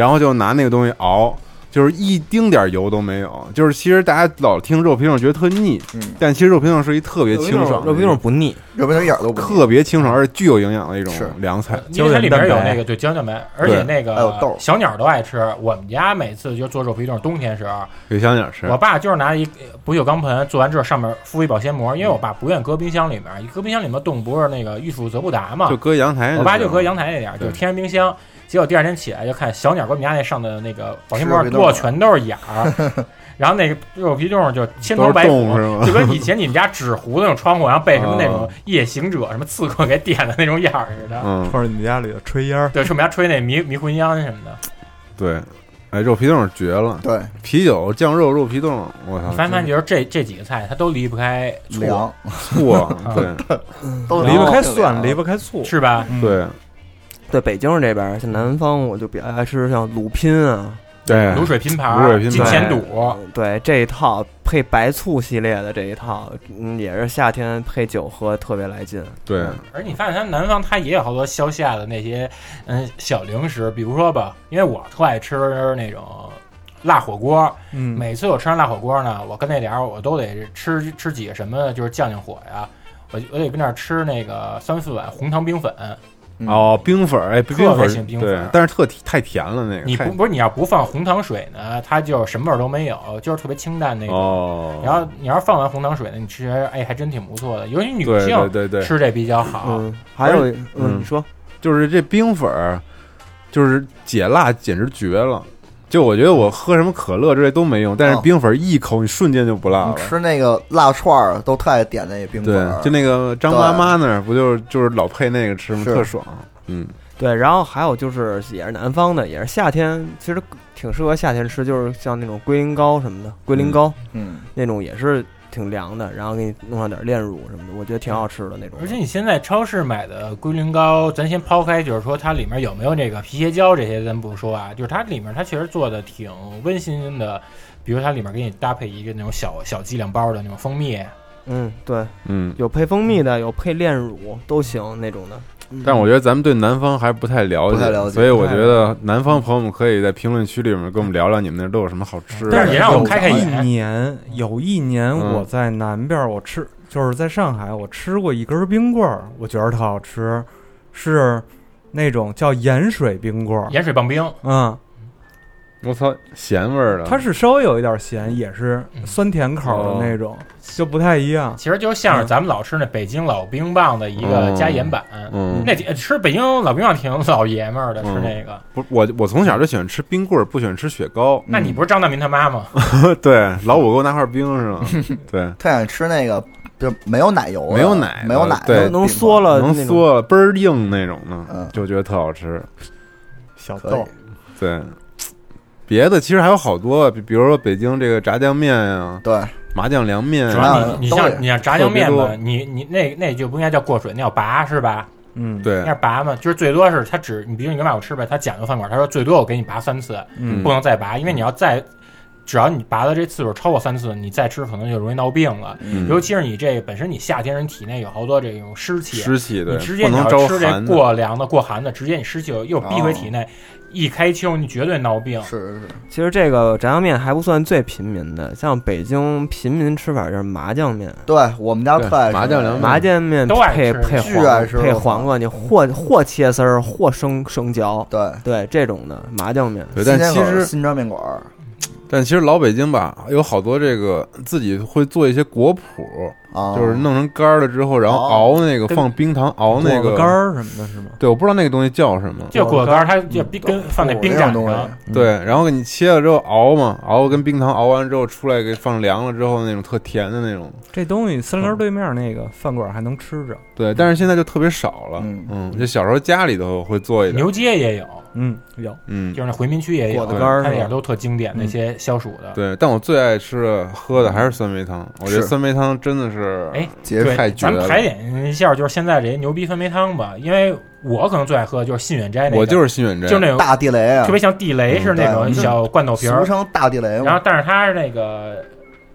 然后就拿那个东西熬。就是一丁点油都没有，就是其实大家老听肉皮冻觉得特腻，但其实肉皮冻是一特别清爽， 肉皮冻不腻， 肉皮冻一点都不腻， 特别清爽而且具有营养的一种凉菜， 因为它里面有那个对胶原蛋白，而且那个小鸟都爱吃。我们家每次就做肉皮冻，冬天时候给小鸟吃。 我爸就是拿一不锈钢盆，做完之后上面敷一保鲜膜，因为我爸不愿搁冰箱里面，搁冰箱里面冻不是那个欲速则不达嘛， 就搁阳台。 我爸就搁阳台那点，就是天然冰箱。结果第二天起来就看小鸟给我们家那上的那个保鲜膜多全都是眼儿，然后那个肉皮冻就千头百孔，就跟以前你们家纸糊那种窗户，然后被什么那种夜行者、什么刺客给点的那种样似的。 或者你家里的炊烟， 对，是我们家吹那迷魂烟什么的。 对，哎，肉皮冻绝了。 对， 啤酒、酱肉、肉皮冻，我操！ 发现就是这几个菜，它都离不开醋， 对， 都离不开蒜，离不开醋， 是吧？ 对。 对北京这边，像南方，我就比较爱吃像卤拼啊， 对， 卤水拼盘、金钱肚， 对这一套配白醋系列的这一套，也是夏天配酒喝特别来劲。 对， 而你发现它南方它也有好多消夏的那些小零食，比如说吧，因为我特爱吃那种辣火锅，每次我吃完辣火锅呢，我跟那点儿我都得吃几个什么，就是降火呀，我得跟那儿吃那个3-4碗红糖冰粉。 哦，冰粉，哎，冰粉，对，但是太甜了那个。 你不是你要不放红糖水呢，它就什么味儿都没有，就是特别清淡那种。 哦。 然后你要是放完红糖水呢，你吃哎还真挺不错的，尤其女性对吃这比较好。 还有你说， 就是这冰粉，就是解辣简直绝了。就我觉得我喝什么可乐之类都没用，但是冰粉一口你瞬间就不辣了。 吃那个辣串儿都特爱点那冰粉， 对，就那个张妈妈那儿不就是老配那个吃吗？特爽。 对，然后还有就是也是南方的，也是夏天，其实挺适合夏天吃，就是像那种龟苓膏什么的，龟苓膏，那种也是挺凉的，然后给你弄上点炼乳什么的，我觉得挺好吃的那种。 而且你现在超市买的龟苓膏，咱先抛开就是说它里面有没有这个皮鞋胶这些咱不说啊，就是它里面它确实做的挺温馨的，比如它里面给你搭配一个那种小剂量包的那种蜂蜜。 对，有配蜂蜜的，有配炼乳都行那种的。 但我觉得咱们对南方还不太了解，所以我觉得南方朋友们可以在评论区里面跟我们聊聊你们那都有什么好吃的。 但是也让我们开眼。有一年我在南边，我吃就是在上海，我吃过一根冰棍儿，我觉得特好吃，是那种叫盐水冰棍儿， 盐水棒冰。 我操，咸味儿的， 它是稍微有一点咸，也是酸甜口的那种，就不太一样。 其实就像是咱们老吃那北京老冰棒的一个加盐版，那吃北京老冰棒挺老爷们儿的，吃那个。 不，我从小就喜欢吃冰棍儿，不喜欢吃雪糕。 那你不是张大民他妈吗？ 对，老五给我拿块冰是吗？对， 特想吃那个就没有奶油， 没有奶， 对， 能缩了， 倍儿硬那种的，就觉得特好吃。 小豆， 对。别的其实还有好多，比如说北京这个炸酱面呀， 对， 麻酱凉面。 你像炸酱面吧，你那就不应该叫过水，那叫拔是吧？ 对， 那是拔嘛，就是最多是他你比如你跟外头吃呗，他讲究饭馆，他说最多我给你拔3次，不能再拔，因为你要只要你拔的这次数超过3次，你再吃可能就容易闹病了。尤其是你这本身你夏天人体内有好多这种湿气， 对， 你直接你要吃这过凉的、过寒的，直接你湿气又逼回体内。一开秋你绝对闹病。 是。 其实这个炸酱面还不算最平民的，像北京平民吃法就是麻酱面。 对，我们家特爱麻酱凉面， 麻酱面配黄瓜，你或切丝儿，或生嚼。对，这种的麻酱面。 对，但其实新庄面馆。 但其实老北京吧，有好多这个自己会做一些果脯，就是弄成干了之后，然后熬那个放冰糖熬那个干儿什么的，是吗？ 对，我不知道那个东西叫什么， 就果干，它就跟放那冰盏上。 对，然后给你切了之后熬嘛，熬跟冰糖熬完之后出来给放凉了之后那种特甜的那种。 这东西3联对面那个饭馆还能吃着。 对，但是现在就特别少了。就小时候家里头会做一点。 牛街也有。 有， 就是那回民区也有果子干儿， 它那点都特经典，那些消暑的。 对，但我最爱吃的喝的还是酸梅汤，我觉得酸梅汤真的是太绝了。 咱们排点一下，就是现在这些牛逼酸梅汤吧，因为我可能最爱喝的就是信远斋那个， 我就是信远斋， 就是那种大地雷啊， 特别像地雷是那种小罐头瓶， 俗称大地雷。 然后，但是它是那个。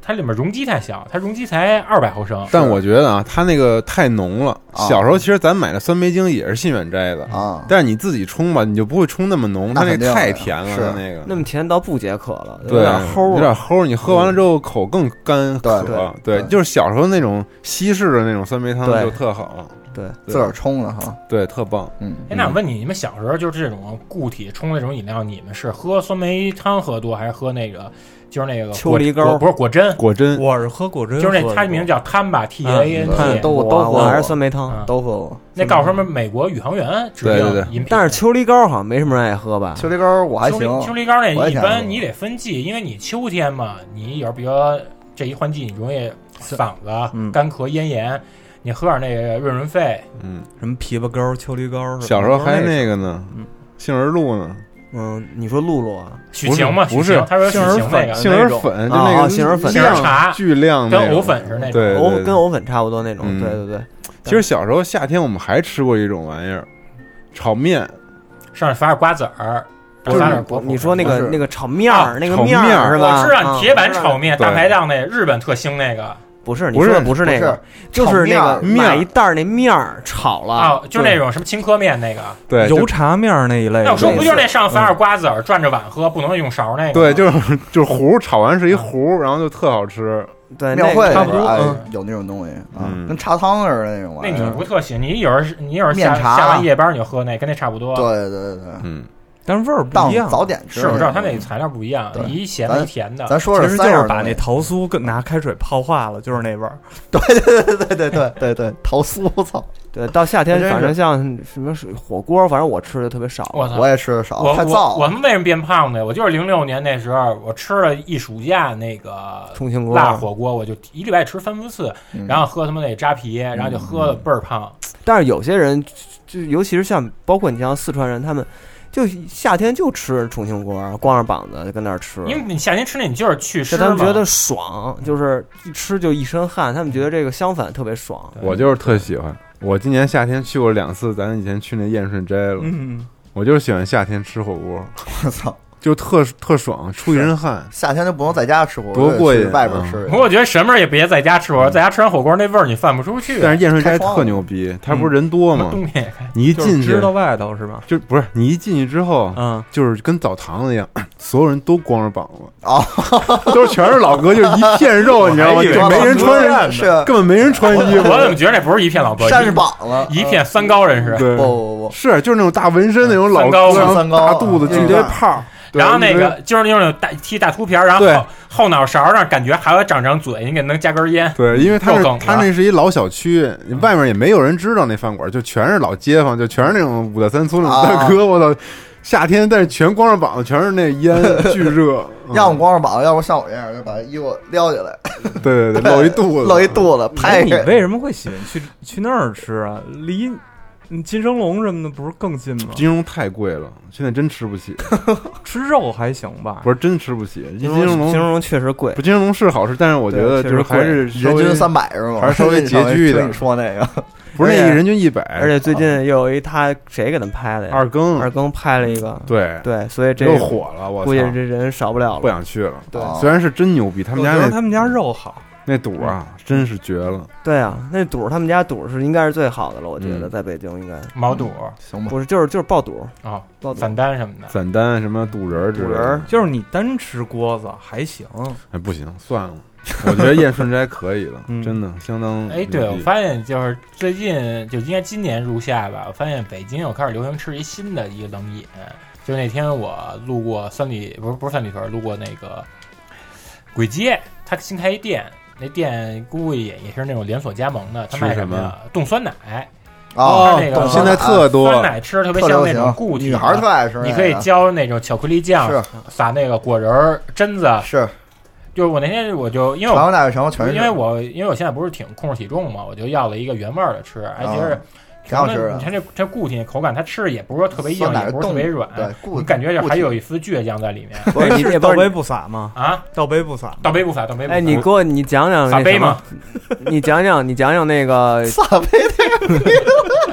它里面容积太小，它容积才200毫升。 但我觉得啊，它那个太浓了。小时候其实咱买的酸梅精也是信远斋的啊，但是你自己冲吧，你就不会冲那么浓，它那个太甜了， 是那个那么甜倒不解渴了， 对，有点齁，你喝完了之后口更干渴。对，就是小时候那种西式的那种酸梅汤就特好。 对， 自个儿冲的哈， 对，特棒。 那我问你，你们小时候就是这种固体冲那种饮料，你们是喝酸梅汤喝多，还是喝那个就是那个秋梨膏？ 不是果真， 我是喝果真， 就是那它名叫汤吧 TANT， 都喝，还是酸梅汤都喝过。 那告诉什么美国宇航员指定饮品， 但是秋梨膏好像没什么人爱喝吧？ 秋梨膏我还行， 秋梨膏那一般你得分季，因为你秋天嘛，你有比如这一换季，你容易嗓子干咳咽炎。你喝点那个润肺， 什么枇杷膏、秋梨膏， 小时候还那个呢，杏仁露呢。 你说露露啊？ 许晴嘛， 不是， 他说杏仁粉，杏仁粉就那个杏仁粉茶巨亮， 跟藕粉是那种， 对， 跟藕粉差不多那种。对对对。 其实小时候夏天我们还吃过一种玩意儿，炒面， 上面撒点瓜子儿。 你说那个炒面儿，那个面儿是吧？ 我知道铁板炒面，大排档那日本特兴那个。 不是，你说的不是那个，就是那个买一袋那面儿炒了啊，就那种什么青稞面那个， 对， 油茶面那一类。 那我说不就是那上撒点瓜子儿，转着碗喝，不能用勺那个？ 对，就是糊炒完是一糊，然后就特好吃。 对， 庙会差不多有那种东西啊，跟茶汤似的那种玩意儿。 那你不特喜欢？你有时候下完夜班你就喝那，跟那差不多。 对对对， 但是味儿不一样。 早点吃， 是我知道它那材料不一样，一咸的一甜的。 咱说其实就是把那桃酥拿开水泡化了，就是那味儿。 对，桃酥，我操！ 对，到夏天反正像什么火锅，反正我吃的特别少。 我也吃的少，太燥。 我们为什么变胖呢？我就是06年那时候，我吃了一暑假那个重庆锅辣火锅，我就一礼拜吃3、4次，然后喝他妈那扎啤，然后就喝的倍儿胖。 但是有些人，就尤其是像包括你像四川人，他们。就夏天就吃重庆锅，光着膀子就跟那儿吃。 因为你夏天吃那，你就是祛湿嘛。 他们觉得爽，就是一吃就一身汗，他们觉得这个相反特别爽。 我就是特喜欢。我今年夏天去过2次，咱以前去那燕顺斋了。我就是喜欢夏天吃火锅。 我操！ 就特爽，出一身汗。 夏天就不能在家吃火锅， 多过瘾！ 外边吃。 我觉得什么也别在家吃火锅，在家吃完火锅那味儿你散不出去。 但是燕顺斋特牛逼，它不是人多吗？ 冬天你一进去知道外头是吧？ 就不是你一进去之后，就是跟澡堂子一样，所有人都光着膀子啊，都是全是老哥，就一片肉，你知道吗？没人穿，根本没人穿衣服。 我怎么觉得那不是一片老哥， 扇膀了， 一片三高人士。 不， 是就是那种大纹身那种老哥，大肚子，一堆泡。 然后那个就是那种剃大秃瓢，然后后脑勺上感觉还要长嘴，你给能加根烟。 对，因为他那是一老小区，外面也没有人知道那饭馆，就全是老街坊，就全是那种5大3粗那种大哥。我操，夏天但是全光着膀子，全是那烟，巨热。 要么光着膀子，要么像我这样就把衣服撩起来。 对，露一肚子， 拍。你为什么会喜欢去那儿吃啊？离金生龙什么的不是更近吗？ 金生龙太贵了，现在真吃不起。 吃肉还行吧？ 不是真吃不起。金生龙确实贵。 不，金生龙是好吃，但是我觉得就是还是人均300是吗？ 还是稍微拮据一点。 你说那个不是那个人均100， 而且最近又有一他谁给他拍的呀？ 二更拍了一个。 对， 所以这又火了，我估计这人少不了了， 不想去了。 对， 虽然是真牛逼，他们家肉好。 那肚啊，真是绝了！ 对啊，那肚他们家肚是应该是最好的了，我觉得在北京应该毛肚行吧？ 不是，就是爆肚啊，散丹什么的， 散丹什么肚仁之类的， 就是你单吃锅子还行， 哎不行，算了，我觉得燕顺斋可以了，真的相当。 哎，对，我发现就是最近就应该今年入夏吧，我发现北京又开始流行吃一新的一个冷饮，就那天我路过不是三里屯，路过那个簋街，他新开一店。那店估计也是那种连锁加盟的，他卖什么冻酸奶啊？ 那个现在特多酸奶吃特别像那种固体， 女孩特爱吃。 你可以浇那种巧克力酱，撒那个果仁榛子。 是， 就是我那天我就因为我现在不是挺控制体重嘛，我就要了一个原味的吃，而且是。 挺好吃的， 你看这固体口感，它吃也不是说特别硬，也不是特别软， 对， 你感觉就还有一丝倔强在里面。 不是你倒杯不洒吗？ 啊， 倒杯不洒， 倒杯不洒。 哎，你给我讲讲洒杯吗？ 你讲讲那个洒杯那个，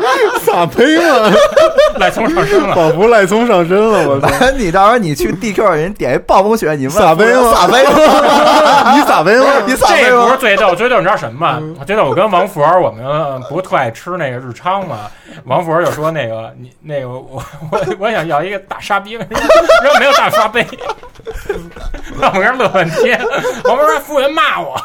撒杯了， 赖葱上身了， 仿佛赖葱上身了。我操！ 你到时候你去 DQ 人点一暴风雪，你问撒杯吗？ 撒杯吗？ 你撒杯吗？ 你撒杯这不吗？ 是最逗，最逗你知道什么吗？最逗我跟王佛我们不是特爱吃那个日昌嘛，王佛就说那个你那个我想要一个大沙冰，然后没有大沙杯，让我跟人乐半天。王佛说服务员骂我。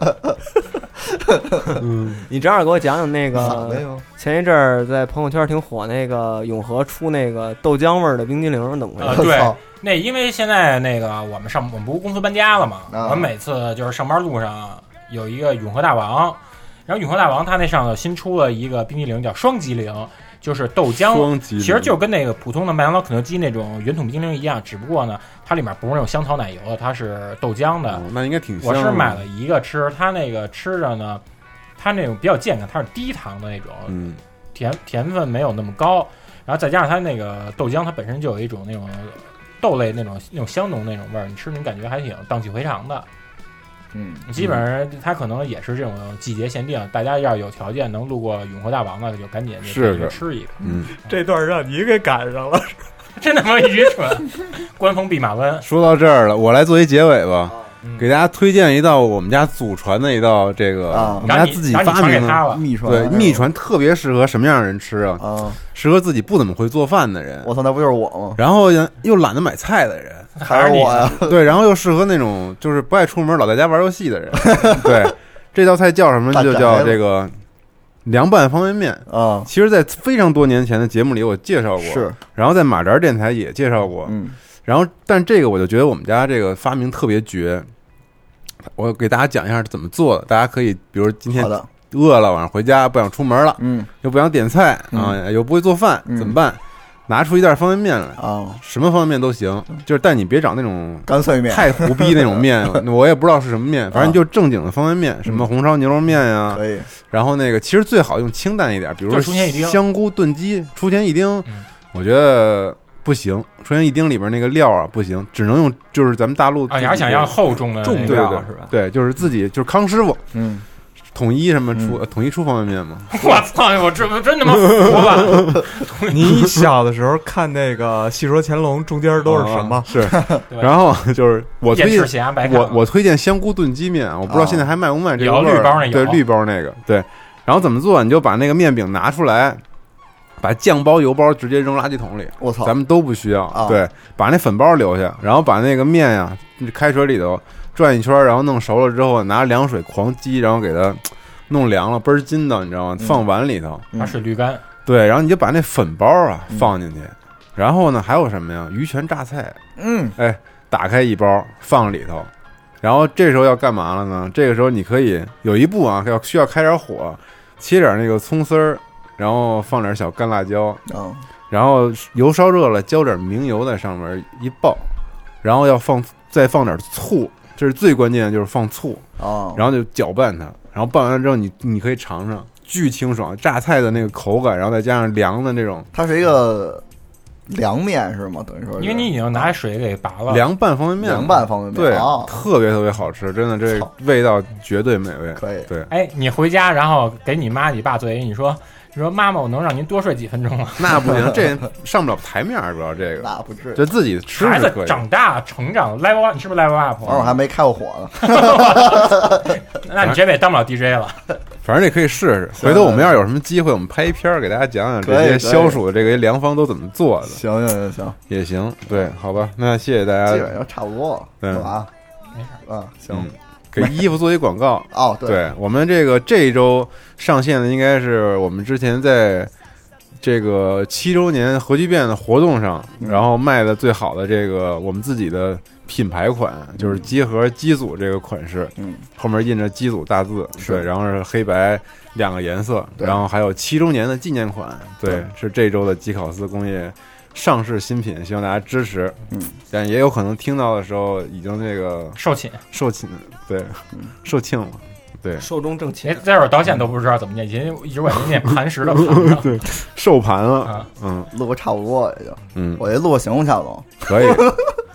你正好给我讲讲那个前一阵儿在朋友圈挺火那个永和出那个豆浆味儿的冰激凌怎么回事？ 对，那因为现在那个我们不是公司搬家了嘛，我们每次就是上班路上有一个永和大王，然后永和大王他那上头新出了一个冰激凌叫双激凌，就是豆浆，其实就跟那个普通的麦当劳、肯德基那种圆筒冰激凌一样，只不过呢它里面不是那种香草奶油的，它是豆浆的。 那应该挺香。 我是买了一个吃，它那个吃着呢，它那种比较健康，它是低糖的那种，甜分没有那么高，然后再加上它那个豆浆，它本身就有一种那种豆类那种香浓那种味儿，你吃你感觉还挺荡气回肠的。基本上它可能也是这种季节限定，大家要有条件能路过永和大王的，就赶紧就吃一个。 这段让你给赶上了， 真他妈愚蠢！官方弼马温。 说到这儿了，我来做一结尾吧。给大家推荐一道我们家祖传的一道这个我们家自己发明的秘传， 对，秘传特别适合什么样的人吃啊？适合自己不怎么会做饭的人。 我操，那不就是我吗？ 然后又懒得买菜的人， 还是我呀？ 对，然后又适合那种就是不爱出门老在家玩游戏的人。对，这道菜叫什么？就叫这个凉拌方便面啊。其实，在非常多年前的节目里我介绍过，是，然后在马扎电台也介绍过，然后但这个我就觉得我们家这个发明特别绝。我给大家讲一下是怎么做的，大家可以比如今天饿了晚上回家不想出门了，又不想点菜啊，又不会做饭，怎么办？拿出一袋方便面来啊，什么方便面都行，就是但你别找那种干脆面太胡逼那种面，我也不知道是什么面，反正就正经的方便面，什么红烧牛肉面呀， 可以。然后那个其实最好用清淡一点，比如说香菇炖鸡、出前一丁，我觉得不行，出前一丁里边那个料啊不行，只能用就是咱们大陆你还想要厚重的重料是吧？对，就是自己就是康师傅，统一什么出统一出方便面嘛？ 我操！我这真他妈服了！ 你小的时候看那个《戏说乾隆》，中间都是什么？ 是，然后就是我推荐香菇炖鸡面，我不知道现在还卖不卖这个味儿？ 绿包那对，绿包那个对。然后怎么做？你就把那个面饼拿出来，把酱包、油包直接扔垃圾桶里。 我操， 咱们都不需要。对，把那粉包留下，然后把那个面呀开水里头转一圈，然后弄熟了之后，拿凉水狂激，然后给它弄凉了，倍儿筋道，你知道吗？放碗里头， 把水滤干。 对，然后你就把那粉包啊放进去，然后呢还有什么呀？鱼泉榨菜，打开一包放里头，然后这时候要干嘛了呢？这个时候你可以有一步啊，需要开点火，切点那个葱丝儿，然后放点小干辣椒，然后油烧热了，浇点明油在上面一爆，然后再放点醋。这是最关键的，就是放醋然后就搅拌它，然后拌完了之后你可以尝尝，巨清爽，榨菜的那个口感，然后再加上凉的那种， 它是一个凉面是吗？等于说， 因为你已经拿水给拔了， 凉拌方便面，对，特别特别好吃，真的，这味道绝对美味， 可以。 对， 哎，你回家然后给你妈你爸做一，你说妈妈，我能让您多睡几分钟吗？ 那不行，这上不了台面，主要这个那不至于， 就自己吃。 孩子长大成长 level up， 你是不是 level up？ 我还没开过火呢。 那你这辈当不了 DJ 了。 反正你可以试试，回头我们要有什么机会，我们拍一片给大家讲讲这些消暑的这个良方都怎么做的。 行， 也行。对，好吧，那谢谢大家。 基本上差不多了，干嘛？ 没事行。 给衣服做一广告对， 我们这一周上线的应该是我们之前在这个7周年核聚变的活动上，然后卖的最好的这个我们自己的品牌款，就是机盒机组这个款式，后面印着机组大字，对，然后是黑白2个颜色，然后还有7周年的纪念款，对，是这周的吉考斯工业上市新品，希望大家支持。但也有可能听到的时候已经这个售罄， 对，售罄了，对， 寿终正寝。 待会儿到现在都不知道怎么念，一直管人念磐石的磐， 对，寿盘了， 录个差不多也就，我这录个行不行？ 可以。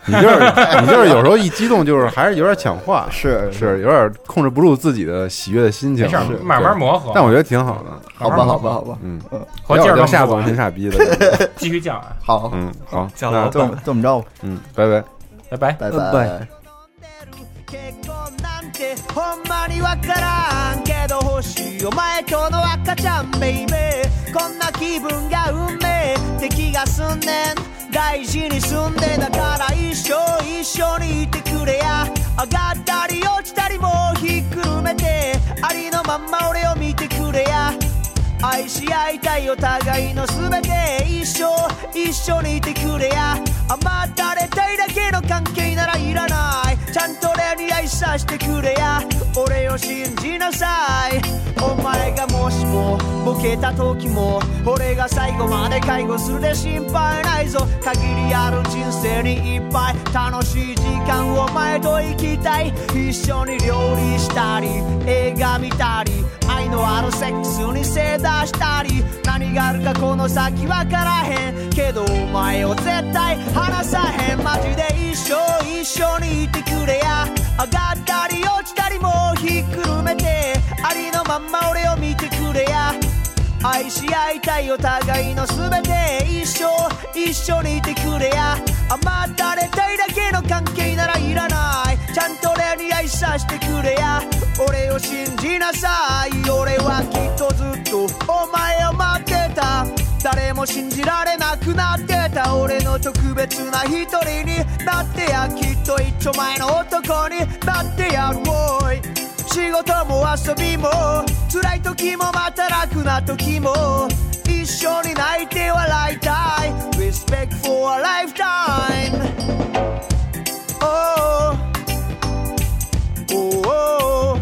你就是有时候一激动，就是还是有点抢话， 是有点控制不住自己的喜悦的心情， 慢慢磨合。 但我觉得挺好的， 好吧， 和劲儿叫夏总挺傻逼的， 继续讲啊。 好， 好， 那这么着， 拜拜， 拜拜。 結婚なんてほんまにわからんけど欲しいお前との赤ちゃんベイベーこんな気分が運命って気がすんねん大事に住んでだから一緒にいてくれや上がったり落ちたりもひっくるめてありのまんま俺を見てくれや愛し合いたいお互いの全て一緒にいてくれや甘ったれたいだけの関係ならいらないちゃんと俺に愛させてくれや俺を信じなさいお前がもしもボケた時も俺が最後まで介護するで心配ないぞ限りある人生にいっぱい楽しい時間をお前と生きたい一緒に料理したり映画見たり愛のあるセックスに正座したり何があるかこの先わからへんけどお前を絶対離さへんマジで一緒にいてくれや上がったり落ちたりもひっくるめてありのまんま俺を見てくれや愛し合いたいお互いの全て一緒にいてくれや甘ったれたいだけの関係ならいらないちゃんと俺に愛させてくれや俺を信じなさい俺はきっとずっとお前を待ってた誰も信じられなくなってた俺の特別な一人になってやきっと一丁前の男になってやるおい仕事も遊びも辛い時もまた楽な時も一緒に泣いて笑いたい Respect for a lifetime Oh Oh Oh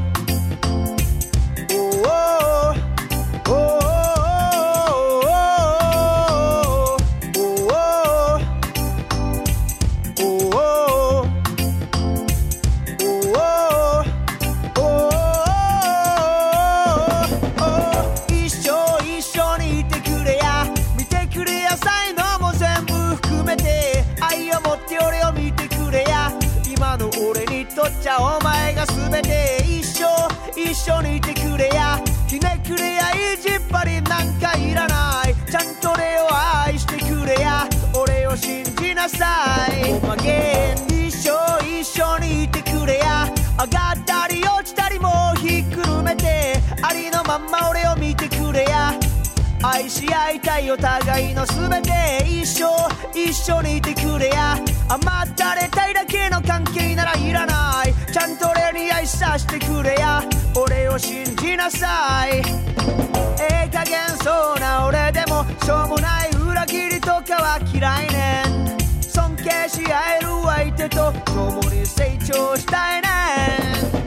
お前が全て一緒にいてくれやひねくれや意地っ張りなんかいらないちゃんと俺を愛してくれや俺を信じなさいおまけ一緒にいてくれや上がったり落ちたりもひっくるめてありのまんま俺を見てくれや愛し合いたいお互いの全て一緒にいてくれや甘ったれたいだけの関係ならいらないちゃんと俺に愛させてくれや俺を信じなさい加減そうな俺でもしょうもない裏切りとかは嫌いねん尊敬し合える相手と共に成長したいねん